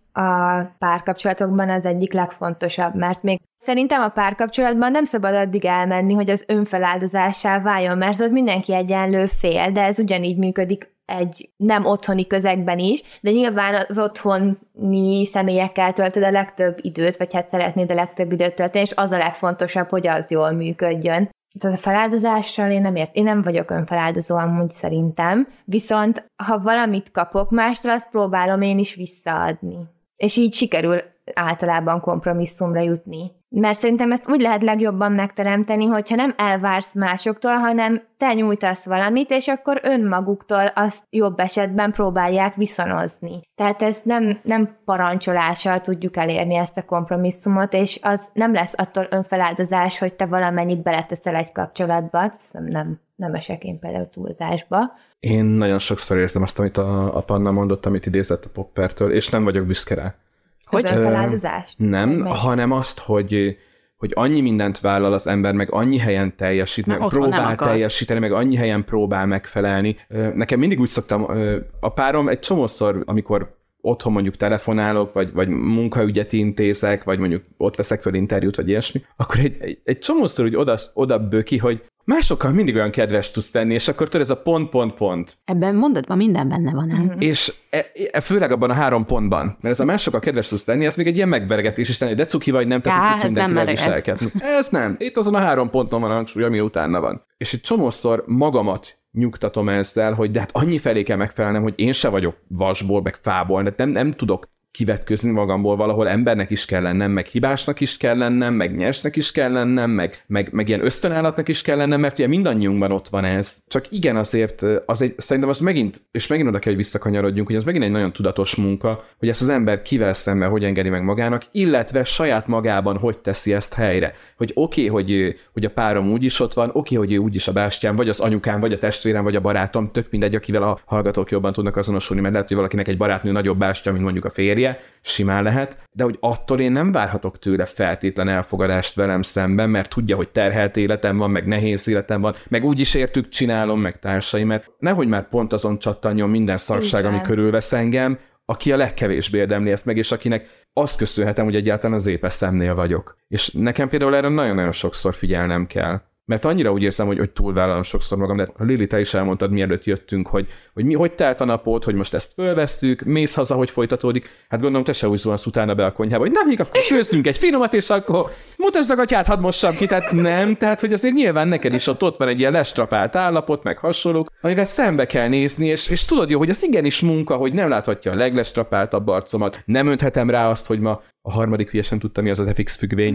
a párkapcsolatokban az egyik legfontosabb, mert még szerintem a párkapcsolatban nem szabad addig elmenni, hogy az önfeláldozássá váljon, mert ott mindenki egyenlő fél, de ez ugyanígy működik egy nem otthoni közegben is, de nyilván az otthoni személyekkel töltöd a legtöbb időt, vagy hát szeretnéd a legtöbb időt tölteni, és az a legfontosabb, hogy az jól működjön. Tehát a feláldozással én nem vagyok önfeláldozó amúgy szerintem, viszont ha valamit kapok mástól, azt próbálom én is visszaadni. És így sikerül általában kompromisszumra jutni. Mert szerintem ezt úgy lehet legjobban megteremteni, hogyha nem elvársz másoktól, hanem te nyújtasz valamit, és akkor önmaguktól azt jobb esetben próbálják viszonozni. Tehát ezt nem parancsolással tudjuk elérni ezt a kompromisszumot, és az nem lesz attól önfeláldozás, hogy te valamennyit beleteszel egy kapcsolatba, nem esek én például túlzásba. Én nagyon sokszor érzem azt, amit a Panna mondott, amit idézett a Poppertől, és nem vagyok büszke rá. Hogy? Az önfeláldozást? Nem, hanem azt, hogy annyi mindent vállal az ember, meg annyi helyen teljesít, meg próbál teljesíteni, meg annyi helyen próbál megfelelni. Nekem mindig úgy szoktam, a párom egy csomószor, amikor otthon mondjuk telefonálok, vagy munkaügyet intézek, vagy mondjuk ott veszek föl interjút, vagy ilyesmi, akkor egy csomószor úgy oda böki, hogy másokkal mindig olyan kedves tudsz tenni, és akkor tudod, ez a pont. Ebben mondatban minden benne van, nem? És főleg abban a 3 pontban, mert ez a másokkal kedves tudsz tenni, ez még egy ilyen megveregetés is tenni, de cuki vagy nem, tehát tudsz mindenkivel viselkedni. Ez nem. Itt azon a 3 ponton van a hangsúly, ami utána van. És egy csomószor magamat nyugtatom ezzel, hogy de hát annyi felé kell megfelelnem, hogy én se vagyok vasból, meg fából, de nem tudok kivetközni magamból, valahol embernek is kell lennem, meg hibásnak is kell lennem, meg nyersnek is kell lennem, meg ilyen ösztönállatnak is kell lennem, mert ugye mindannyiunkban ott van ez. Csak igen, azért szerintem az megint oda kell, hogy visszakanyarodjunk, hogy az megint egy nagyon tudatos munka, hogy ezt az ember kivel szemben hogy engedi meg magának, illetve saját magában hogy teszi ezt helyre. Hogy oké, hogy a párom úgyis ott van, oké, hogy ő úgyis a bástyám, vagy az anyukám, vagy a testvérem, vagy a barátom, tök mindegy, akivel a hallgatók jobban tudnak azonosulni, mert lehet, hogy valakinek egy barátnő nagyobb bástya, mint mondjuk a férje, simán lehet, de hogy attól én nem várhatok tőle feltétlen elfogadást velem szemben, mert tudja, hogy terhelt életem van, meg nehéz életem van, meg úgyis értük csinálom, meg társaim, mert nehogy már pont azon csattanjon minden szarság, ami körülvesz engem, aki a legkevésbé érdemli ezt meg, és akinek azt köszönhetem, hogy egyáltalán az épes szemnél vagyok. És nekem például erre nagyon-nagyon sokszor figyelnem kell. Mert annyira úgy érzem, hogy túlvállalom sokszor magam, de Lili, te is elmondtad, mielőtt jöttünk, hogy telt a napot, hogy most ezt fölvesszük, mész haza, hogy folytatódik. Hát gondolom, te se úgy zuhansz utána be a konyhába, hogy na még akkor főzzünk egy finomat, és akkor mutasd a gatyát, hadd mossam ki. Tehát nem, tehát hogy azért nyilván neked is ott van egy ilyen lestrapált állapot, meg hasonlók, amivel szembe kell nézni, és tudod jó, hogy az igenis munka, hogy nem láthatja a leglestrapáltabb arcomat, nem önthetem rá azt, hogy ma a harmadik hülye sem tudta, mi az FX függvény.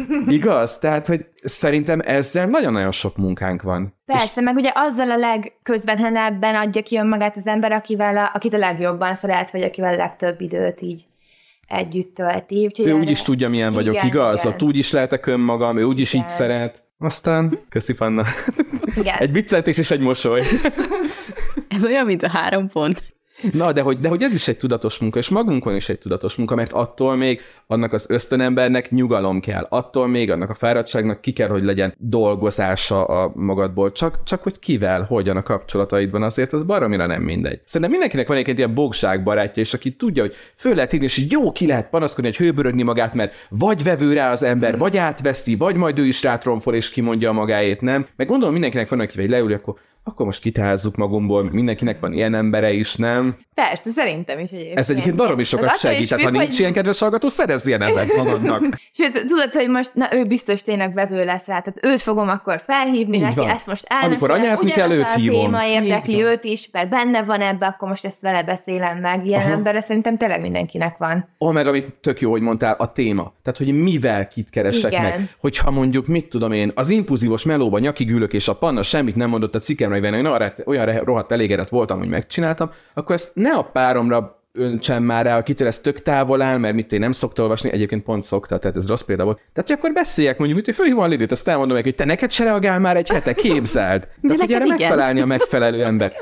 Igaz? Tehát, hogy szerintem ezzel nagyon-nagyon sok munkánk van. Persze, meg ugye azzal a legközvetlenebben adja ki önmagát az ember, akit a legjobban szeret, vagy akivel a legtöbb időt így együtt tölti. Ő úgyis tudja, milyen vagyok, igen, igaz? Igen. Ott úgyis lehetek önmagam, ő úgyis így szeret. Aztán, köszi Panna. Igen. Egy vicceltés és egy mosoly. Ez olyan, mint a 3 pont. Na, de hogy ez is egy tudatos munka, és magunkon is egy tudatos munka, mert attól még annak az ösztönembernek nyugalom kell, attól még annak a fáradtságnak ki kell, hogy legyen dolgozása a magadból, csak hogy kivel, hogyan a kapcsolataidban, azért az baromira nem mindegy. Szerintem mindenkinek van egy ilyen bogság barátja, és aki tudja, hogy föl lehet írni, és jó ki lehet panaszkodni, hogy hőbörögni magát, mert vagy vevő rá az ember, vagy átveszi, vagy majd ő is rátromfol, és kimondja a magáét, nem? Meg gondolom mindenkinek van, akivel leül, akkor most kitázzuk magunkból, mindenkinek van ilyen embere is, nem? Persze, szerintem is egyébként. Ez egyébként baromi sokat segít, tehát ha nincs ilyen kedves hallgató, szerezz ilyen embert magadnak. Sőt, tudod, hogy most ő biztos tényleg vevő lesz rá, tehát őt fogom akkor felhívni neki, ezt most elmesélem. Amikor anyázni kell, őt hívom. A téma érdekli őt is, mert benne van ebbe, akkor most ezt vele beszélem meg. Ilyen emberre szerintem tényleg mindenkinek van. Meg amit tök jó, hogy mondtál, a téma. Tehát, hogy mivel kit keresek meg. Hogyha mondjuk, mit tudom én, az impulzívos melóba nyakig ülök, és a Panna semmit nem mondott a cikkemre, hogy én olyan rohadt elégedett voltam, hogy megcsináltam, akkor ezt ne a páromra öntsem már rá, akitől ez tök távol áll, mert mit én nem szokta olvasni, egyébként pont szokta, tehát ez rossz példa volt. Tehát, hogy akkor beszéljek mondjuk, hogy fölhívom a Lilit, azt elmondom meg, hogy te neked se reagál már egy hete, képzeld. Tehát, hogy erre megtalálni a megfelelő ember.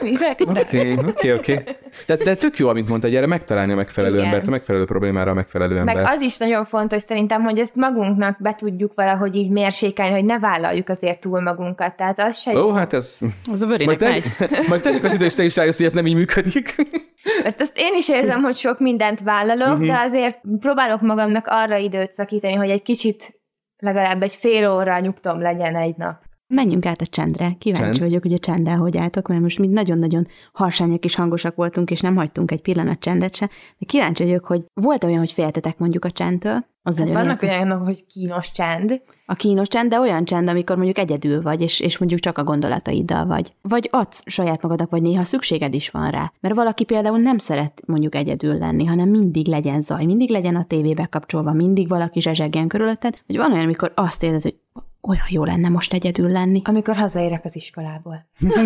Oké. De tök jó, amit mondta, hogy erre megtalálni a megfelelő embert, a megfelelő problémára a megfelelő embert. Meg az is nagyon fontos szerintem, hogy ezt magunknak be tudjuk valahogy így mérsékelni, hogy ne vállaljuk azért túl magunkat. Tehát az se. Hát ez az a vörének megy. Majd tegyük az idő, és te is rájössz, hogy ez nem így működik. Mert azt én is érzem, hogy sok mindent vállalok, de azért próbálok magamnak arra időt szakítani, hogy egy kicsit, legalább egy fél óra nyugtom legyen egy nap. Menjünk át a csendre. Kíváncsi vagyok, hogy a csenddel hogy álltok, mert most mi nagyon-nagyon harsányak és hangosak voltunk, és nem hagytunk egy pillanat csendet se. De kíváncsi vagyok, hogy volt olyan, hogy féltetek mondjuk a csendtől? Vannak olyanok, hogy kínos csend. A kínos csend, de olyan csend, amikor mondjuk egyedül vagy, és mondjuk csak a gondolataiddal vagy. Vagy adsz saját magadnak, vagy néha szükséged is van rá. Mert valaki például nem szeret mondjuk egyedül lenni, hanem mindig legyen zaj, mindig legyen a tévébe kapcsolva, mindig valaki zsezsegjen körülötted. Vagy van olyan, amikor azt érzed, hogy olyan jó lenne most egyedül lenni. Amikor hazaérek az iskolából.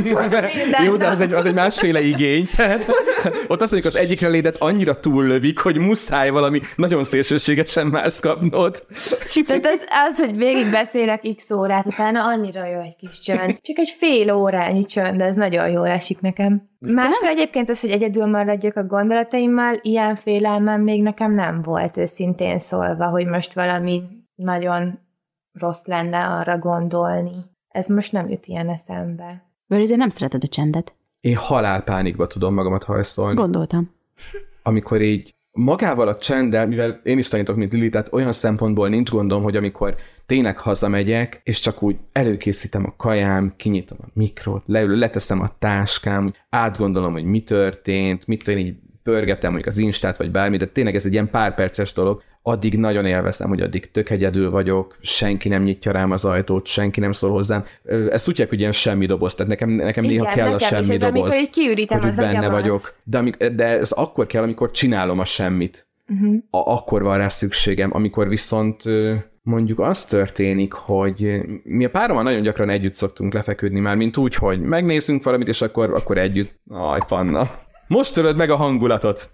Jó, de az egy másféle igény. Tehát ott azt mondjuk, az egyikre lédet annyira túllövik, hogy muszáj valami nagyon szélsőségesen más kapnod. Tehát az, hogy végig beszélek x órát, utána annyira jó egy kis csönd. Csak egy fél órányi csönd, ez nagyon jól esik nekem. Máskor egyébként az, hogy egyedül maradjak a gondolataimmal, ilyen félelmem még nekem nem volt, őszintén szólva, hogy most valami nagyon rossz lenne arra gondolni. Ez most nem jut ilyen eszembe. Mert azért nem szereted a csendet. Én halálpánikba tudom magamat hajszolni. Gondoltam. Amikor így magával a csenddel, mivel én is tanítok, mint Lili, tehát olyan szempontból nincs gondom, hogy amikor tényleg hazamegyek, és csak úgy előkészítem a kajám, kinyitom a mikrot, leteszem a táskám, átgondolom, hogy mi történt, mit én így pörgetem mondjuk az Instát, vagy bármi, de tényleg ez egy ilyen pár perces dolog, addig nagyon élvezem, hogy addig tök egyedül vagyok, senki nem nyitja rám az ajtót, senki nem szól hozzám. Ezt tudják, hogy ilyen semmi doboz, tehát nekem igen, néha kell a semmi doboz, hogy benne vagyok. De ez akkor kell, amikor csinálom a semmit. Akkor van rá szükségem, amikor viszont mondjuk az történik, hogy mi a párommal nagyon gyakran együtt szoktunk lefeküdni már, mint úgy, hogy megnézzünk valamit, és akkor együtt. Aj, Panna. Most tölöd meg a hangulatot.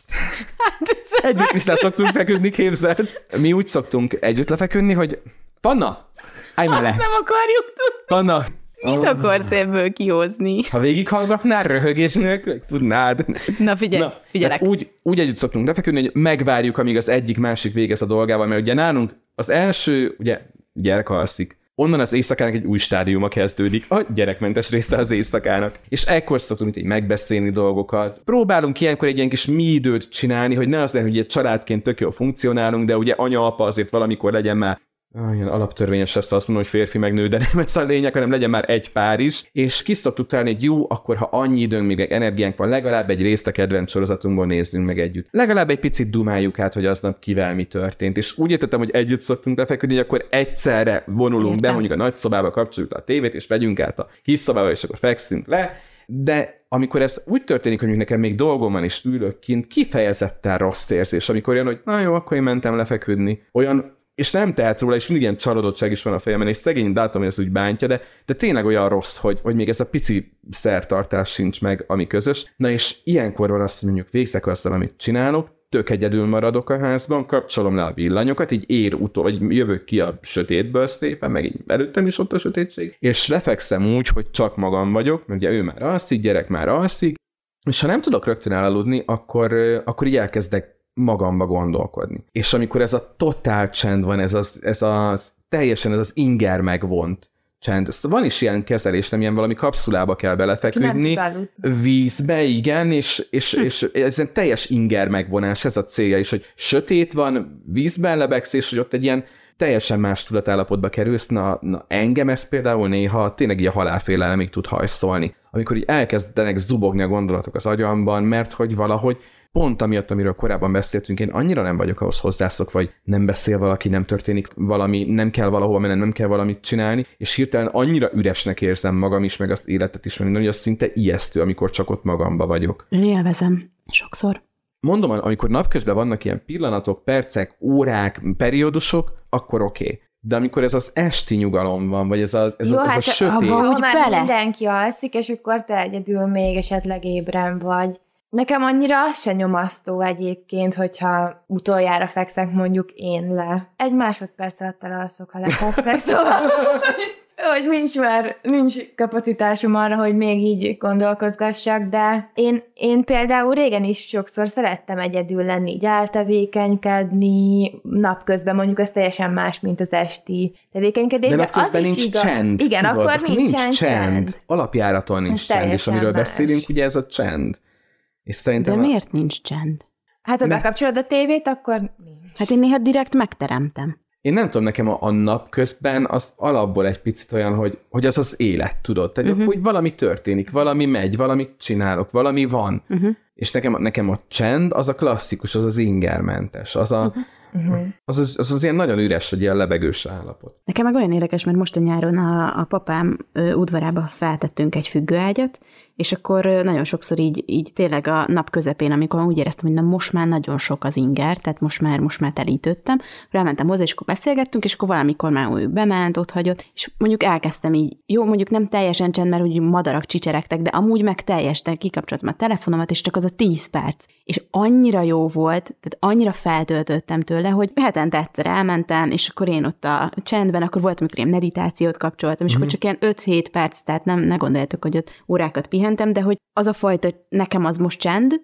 Együtt is le szoktunk feküdni, képzeld. Mi úgy szoktunk együtt lefeküdni, hogy Panna, állj már le. Azt nem akarjuk tudni. Panna. Mit akarsz ebből kihozni? Ha végighallgatnál röhögés nélkül, tudnád. Na figyelj, figyelek. Úgy együtt szoktunk lefeküdni, hogy megvárjuk, amíg az egyik-másik végez a dolgával, mert ugye nálunk az első, ugye gyerek alszik. Onnan az éjszakának egy új stádiuma kezdődik, a gyerekmentes része az éjszakának. És ekkor szoktunk így megbeszélni dolgokat. Próbálunk ilyenkor egy ilyen kis mi időt csinálni, hogy ne az legyen, hogy egy családként tök jól funkcionálunk, de ugye anya-apa azért valamikor legyen már ilyen alaptörvényes lesz azt mondom, hogy férfi meg nő, de nem ez a lényeg, hanem legyen már egy pár is, és ki szoktuk találni, hogy jó, akkor ha annyi időnk, még energiánk van, legalább egy részt a kedvenc sorozatunkból nézzünk meg együtt. Legalább egy picit dumáljuk át, hogy aznap kivel mi történt, és úgy értettem, hogy együtt szoktunk lefeküdni, hogy akkor egyszerre vonulunk be, mondjuk a nagy szobába, kapcsoljuk le a tévét, és vegyünk át a kis szobába, és akkor fekszünk le, de amikor ez úgy történik, hogy nekem még dolgom van, és ülök kint, kifejezetten rossz érzés, amikor olyan, hogy na jó, akkor én mentem lefeküdni. Olyan, és nem tehet róla, és mindig ilyen csalódottság is van a fejemben, és szegény látom, hogy ez úgy bántja, de tényleg olyan rossz, hogy még ez a pici szertartás sincs meg, ami közös. Na és ilyenkor van azt, hogy mondjuk végzek azt, amit csinálok, tök egyedül maradok a házban, kapcsolom le a villanyokat, így vagy jövök ki a sötétből szépen, meg így előttem is ott a sötétség, és lefekszem úgy, hogy csak magam vagyok, mert ugye ő már alszik, gyerek már alszik, és ha nem tudok rögtön elaludni, akkor így elkezdek magamba gondolkodni. És amikor ez a totál csend van, ez az inger megvont csend. Van is ilyen kezelés, nem ilyen valami kapszulába kell belefeküdni. Vízbe, igen, és ez egy teljes inger megvonás, ez a célja is, hogy sötét van, vízben lebegsz, és hogy ott egy ilyen teljesen más tudatállapotba kerülsz. Na engem ez például néha tényleg ilyen halálfélelemig tud hajszolni. Amikor így elkezdenek zubogni a gondolatok az agyamban, mert hogy valahogy pont amiatt, amiről korábban beszéltünk, én annyira nem vagyok ahhoz hozzászokva, vagy nem beszél valaki, nem történik valami, nem kell valahova mennem, nem kell valamit csinálni, és hirtelen annyira üresnek érzem magam is, meg az életet is, meg hogy az szinte ijesztő, amikor csak ott magamba vagyok. Én élvezem sokszor. Mondom, amikor napközben vannak ilyen pillanatok, percek, órák, periódusok, akkor oké. De amikor ez az esti nyugalom van, vagy ez a sötét... Jó, már mindenki alszik, és akkor te egyedül még esetleg ébren vagy. Nekem annyira az se nyomasztó egyébként, hogyha utoljára fekszek mondjuk én le. Egy másodperc alatt elalszok, ha lefekszek, szóval hogy nincs kapacitásom arra, hogy még így gondolkozgassak, de én például régen is sokszor szerettem egyedül lenni, így eltevékenykedni, napközben mondjuk az teljesen más, mint az esti tevékenykedés. De napközben nincs csend. Igen, tudod, akkor nincsen csend. Alapjáraton nincs csend, és amiről beszélünk, ugye ez a csend. És szerintem de miért nincs csend? Hát, ha bekapcsolod a tévét, akkor nincs. Hát én néha direkt megteremtem. Én nem tudom, nekem a nap közben az alapból egy picit olyan, hogy az az élet, tudod? Tehát, hogy valami történik, valami megy, valamit csinálok, valami van. És nekem a csend az a klasszikus, az az ingermentes, az ilyen nagyon üres, vagy ilyen lebegős állapot. Nekem meg olyan érdekes, mert most a nyáron a papám udvarába feltettünk egy függőágyat, és akkor nagyon sokszor így tényleg a nap közepén, amikor úgy éreztem, hogy na most már nagyon sok az inger, tehát most már telítődtem, rámentem hozzá, és akkor beszélgettünk, és akkor valamikor már ő bement, ott hagyott, és mondjuk elkezdtem így, jó, mondjuk nem teljesen csend, mert úgy madarak csicseregtek, de amúgy meg teljesen kikapcsoltam a telefonomat, és csak az a 10 perc. És annyira jó volt, tehát annyira feltöltöttem tőle, hogy hetente egyszer elmentem, és akkor én ott a csendben, akkor volt, amikor én meditációt kapcsoltam, és akkor csak ilyen 5-7 perc, tehát ne gondoljátok, hogy ott órákat pihentem, de hogy az a fajta, nekem az most csend,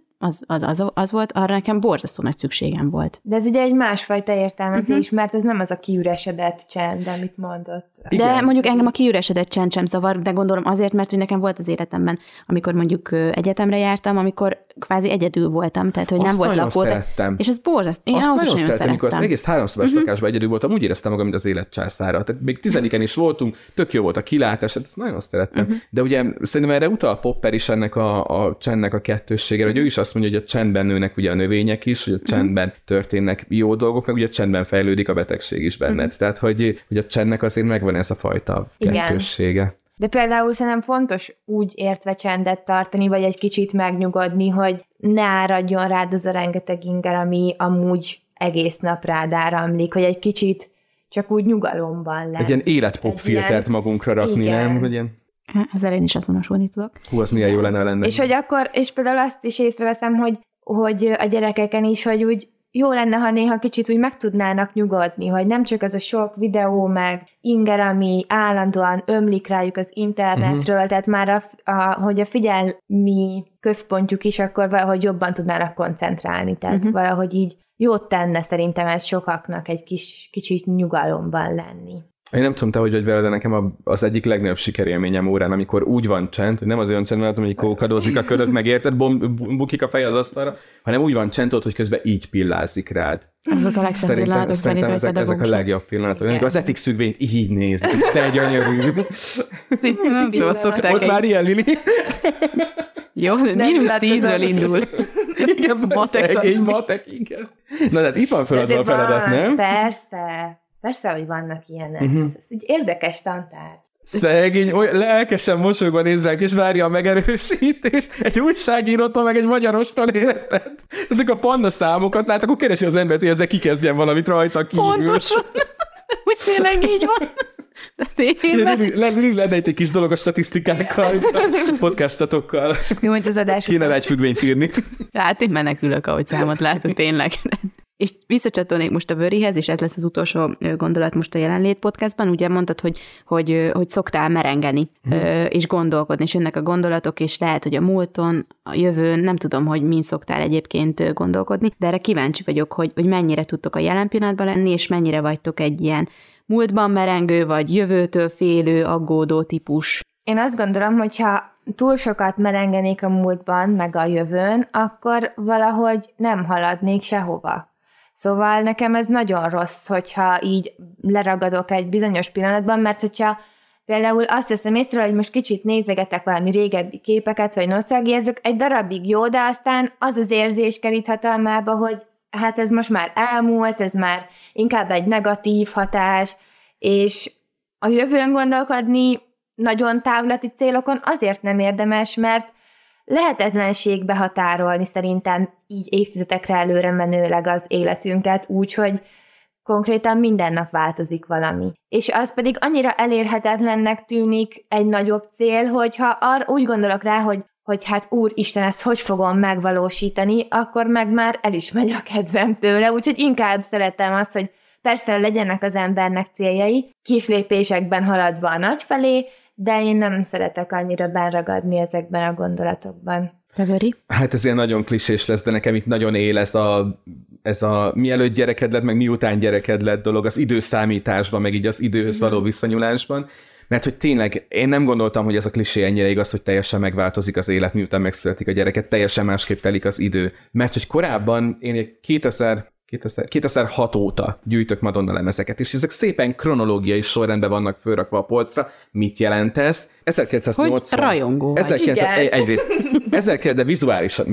az volt, arra nekem borzasztó nagy szükségem volt. De ez ugye egy másfajta értelmezés, mert ez nem az a kiüresedett csend, amit mondott. De mondjuk engem a kiüresedett csend sem zavar, de gondolom azért, mert hogy nekem volt az életemben, amikor mondjuk egyetemre jártam, amikor kvázi egyedül voltam, tehát hogy nem volt lakó. És ez borzasztó. Én azt nagyon szerettem, amikor az egész 3 szobás lakásban egyedül voltam, úgy éreztem magam, mint az élet császára. Tehát még 10-en is voltunk, tök jó volt a kilátás, ezt nagyon szerettem. De ugye szerintem erre utal Popper is ennek a csendnek a kettősségére, hogy ő is azt mondja, hogy a csendben nőnek ugye a növények is, hogy a csendben történnek jó dolgok, meg ugye a csendben fejlődik a betegség is benned. Tehát, hogy a csendnek azért megvan ez a fajta kettőssége. De például szerintem fontos úgy értve csendet tartani, vagy egy kicsit megnyugodni, hogy ne áradjon rád az a rengeteg inger, ami amúgy egész nap rád áramlik, hogy egy kicsit csak úgy nyugalomban lenni. Egy ilyen életpopfiltert magunkra rakni, igen. Nem? Hogy ilyen... Ezzel én is azonosulni tudok. Hú, az milyen jó lenne. És például azt is észreveszem, hogy a gyerekeken is, hogy úgy jó lenne, ha néha kicsit úgy meg tudnának nyugodni, hogy nem csak az a sok videó, meg inger, ami állandóan ömlik rájuk az internetről, tehát már hogy a figyelmi központjuk is akkor valahogy jobban tudnának koncentrálni, tehát valahogy így jót tenne szerintem ez sokaknak egy kicsit nyugalomban lenni. Én nem tudom te, hogy vagy vele, de nekem az egyik legnagyobb sikerélményem órán, amikor úgy van csend, hogy nem az olyan csend, mert hogy kókadozik a köröd, meg érted, bukik a fej az asztalra, hanem úgy van csend, hogy közben így pillázik rád. Azok a legszebb pillanatok szerintem, hogy ezek a legjobb pillanatok. Amikor az FX függvényt így nézd, te gyönyörű. Nem tudom, szokták. Ott már ilyen, Lili. Jó, de -10-ről indul. Igen, matek, igen. Na, tehát itt van feladva a feladat, nem? Persze, hogy vannak ilyenek. Ez egy érdekes tantárgy. Szegény, lelkesen mosolyogva néz ránk, és várja a megerősítést. Egy újságírótól, meg egy magyarostól, érted? Ezek a panda számokat lát, akkor keresi az embert, hogy ezzel kikezdjen valamit rajta kívül. Pontosan. Úgy tényleg így van. Lenne egy kis dolog a statisztikákkal, podcastatokkal. Mi mondj az adás? Kéne egy függvényt írni. Hát én menekülök, ahogy számot látok, tényleg. És visszacsatolnék most a Vörihez, és ez lesz az utolsó gondolat most a Jelenlét podcastban. Ugye mondtad, hogy szoktál merengeni, és gondolkodni, és jönnek a gondolatok, és lehet, hogy a múlton, a jövőn, nem tudom, hogy min szoktál egyébként gondolkodni, de erre kíváncsi vagyok, hogy mennyire tudtok a jelen pillanatban lenni, és mennyire vagytok egy ilyen múltban merengő, vagy jövőtől félő, aggódó típus. Én azt gondolom, hogyha túl sokat merengenék a múltban, meg a jövőn, akkor valahogy nem haladnék sehova. Szóval nekem ez nagyon rossz, hogyha így leragadok egy bizonyos pillanatban, mert hogyha például azt veszem észre, hogy most kicsit nézegetek valami régebbi képeket, vagy nosztalgiázok, egy darabig jó, de aztán az az érzés kerít hatalmába, hogy hát ez most már elmúlt, ez már inkább egy negatív hatás, és a jövőn gondolkodni nagyon távlati célokon azért nem érdemes, mert lehetetlenségbe határolni szerintem így évtizedekre előre menőleg az életünket úgy, hogy konkrétan minden nap változik valami. És az pedig annyira elérhetetlennek tűnik egy nagyobb cél, hogyha úgy gondolok rá, hogy hát úristen, ezt hogy fogom megvalósítani, akkor meg már el is megy a kedvem tőle, úgyhogy inkább szeretem azt, hogy persze legyenek az embernek céljai, kis lépésekben haladva a nagy felé, de én nem szeretek annyira benragadni ezekben a gondolatokban. Vöri? Hát ez ilyen nagyon klisés lesz, de nekem itt nagyon él ez a mielőtt gyereked lett, meg miután gyereked lett dolog, az időszámításban, meg így az időhöz való viszonyulásban. Mert hogy tényleg én nem gondoltam, hogy ez a klisé ennyire igaz, hogy teljesen megváltozik az élet, miután megszületik a gyereket, teljesen másképp telik az idő. Mert hogy korábban én 2006 óta gyűjtök Madonna lemezeket, és ezek szépen kronológiai sorrendben vannak fölrakva a polcra. Mit jelent ez? 1980... Hogy rajongó vagy. Egyrészt, de vizuálisan.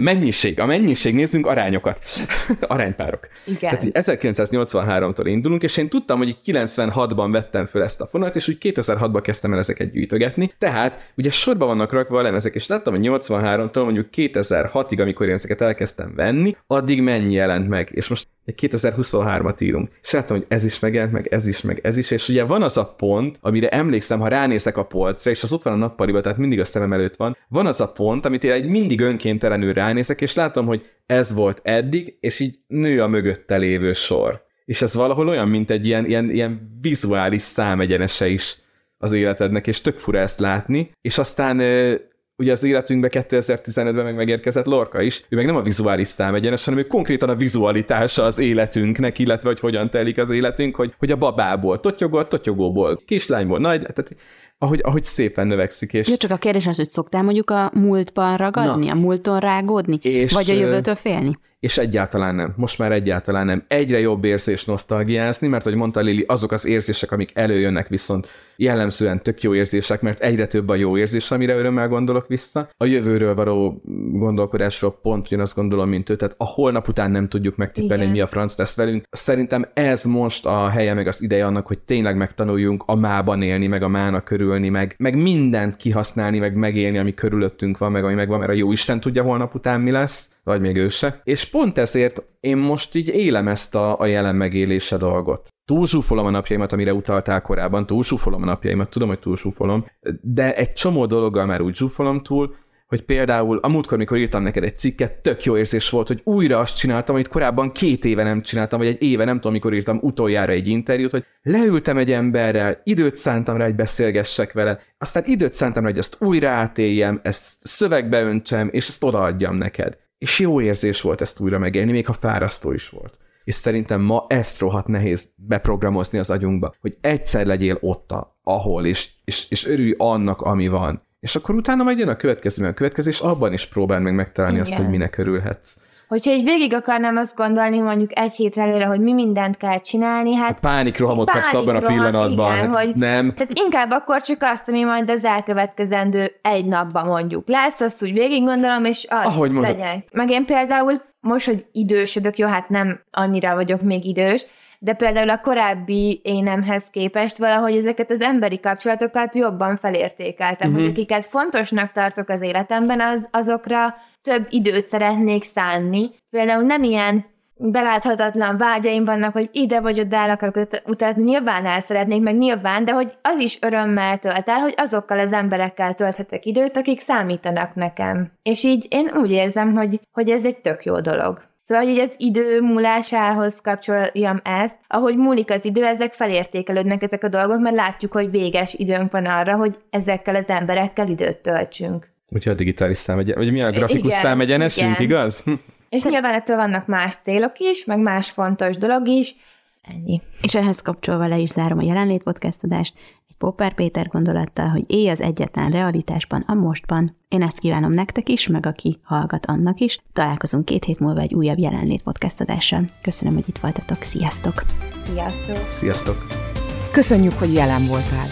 A mennyiség, nézzünk arányokat. Aránypárok. Igen. Tehát 1983-tól indulunk, és én tudtam, hogy 96-ban vettem föl ezt a fonalat, és úgy 2006-ban kezdtem el ezeket gyűjtögetni. Tehát ugye sorban vannak rakva a lemezek, és láttam, hogy 83-tól mondjuk 2006-ig, amikor én ezeket elkezdtem venni, addig mennyi jelent meg. És most 2023-at írunk. És láttam, hogy ez is megjelent, meg ez is, és ugye van az a pont, amire emlékszem, ha ránézek a polcra, és az ott van a nappaliba, tehát mindig a szemem előtt van az a pont, amit én mindig önkéntelenül ránézek, és látom, hogy ez volt eddig, és így nő a mögötte lévő sor. És ez valahol olyan, mint egy ilyen vizuális számegyenese is az életednek, és tök fura ezt látni, és aztán ugye az életünkbe 2015-ben megérkezett Lorca is, ő meg nem a vizuális számegyenes, hanem ő konkrétan a vizualitása az életünknek, illetve hogy hogyan telik az életünk, hogy a babából totyogóból kislányból nagy, tehát ahogy szépen növekszik. És... Ja, csak a kérdés az, hogy szoktál mondjuk a múltban ragadni, a múlton rágódni, vagy a jövőtől félni? És egyáltalán nem. Most már egyáltalán nem. Egyre jobb érzés nosztalgiázni, mert, hogy mondta Lili, azok az érzések, amik előjönnek, viszont jellemzően tök jó érzések, mert egyre több a jó érzés, amire örömmel gondolok vissza. A jövőről való gondolkodásról pont ugyanazt gondolom, mint ő, tehát a holnap után nem tudjuk megtippelni, hogy mi a franc lesz velünk. Szerintem ez most a helye, meg az ideje annak, hogy tényleg megtanuljunk a mában élni, meg a mának körülni, meg mindent kihasználni, meg megélni, ami körülöttünk van, meg ami megvan, mert a jó Isten tudja holnap után mi lesz, vagy még ő se. És pont ezért én most így élem ezt a jelen megélése dolgot. Túlzsúfolom a napjaimat, amire utaltál korábban, tudom, hogy túlzsúfolom, de egy csomó dologgal már úgy zsúfolom túl, hogy például a múltkor, mikor írtam neked egy cikket, tök jó érzés volt, hogy újra azt csináltam, amit korábban 2 éve nem csináltam, vagy 1 éve, nem tudom, mikor írtam utoljára egy interjút, hogy leültem egy emberrel, időt szántam rá, hogy beszélgessek vele, aztán időt szántam rá, hogy ezt újra átéljem, ezt szövegbe öntsem, és ezt odaadjam neked. És jó érzés volt ezt újra megélni, még ha fárasztó is volt. És szerintem ma ezt rohadt nehéz beprogramozni az agyunkba, hogy egyszer legyél ott, ahol, és örülj annak, ami van. És akkor utána majd jön a következő, és abban is próbáld meg megtalálni azt, hogy minek örülhetsz. Hogyha így végig akarnám azt gondolni, mondjuk 1 hétre előre, hogy mi mindent kell csinálni, hát... A pánikrohamot kapsz abban a pillanatban, igen, hát nem. Tehát inkább akkor csak azt, ami majd az elkövetkezendő 1 napban mondjuk lesz, azt úgy végig gondolom, és az legyen. Meg én például most, hogy idősödök, jó, hát nem annyira vagyok még idős, de például a korábbi énemhez képest valahogy ezeket az emberi kapcsolatokat jobban felértékeltem, hogy akiket fontosnak tartok az életemben, azokra több időt szeretnék szánni. Például nem ilyen beláthatatlan vágyaim vannak, hogy ide vagy oda el akarok utazni, nyilván el szeretnék, meg nyilván, de hogy az is örömmel tölt el, hogy azokkal az emberekkel tölthetek időt, akik számítanak nekem. És így én úgy érzem, hogy ez egy tök jó dolog. Szóval, hogy az idő múlásához kapcsoljam ezt, ahogy múlik az idő, ezek felértékelődnek ezek a dolgok, mert látjuk, hogy véges időnk van arra, hogy ezekkel az emberekkel időt töltsünk. Úgyhogy a digitális számegyenes, vagy mi a grafikus számegyenesünk, igaz? És nyilván ettől vannak más célok is, meg más fontos dolog is. Ennyi. És ehhez kapcsolva le is zárom a Jelenlét podcast adást egy Popper Péter gondolattal, hogy élj az egyetlen realitásban, a mostban. Én ezt kívánom nektek is, meg aki hallgat annak is. Találkozunk 2 hét múlva egy újabb Jelenlét podcast adással. Köszönöm, hogy itt voltatok. Sziasztok! Sziasztok! Köszönjük, hogy jelen voltál.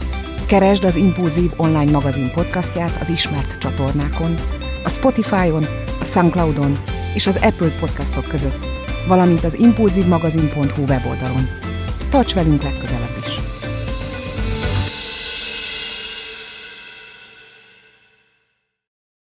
Keresd az Impulzív online magazin podcastját az ismert csatornákon, a Spotify-on, a SoundCloud-on és az Apple podcastok között, valamint az impulzívmagazin.hu weboldalon. Tarts velünk legközelebb is!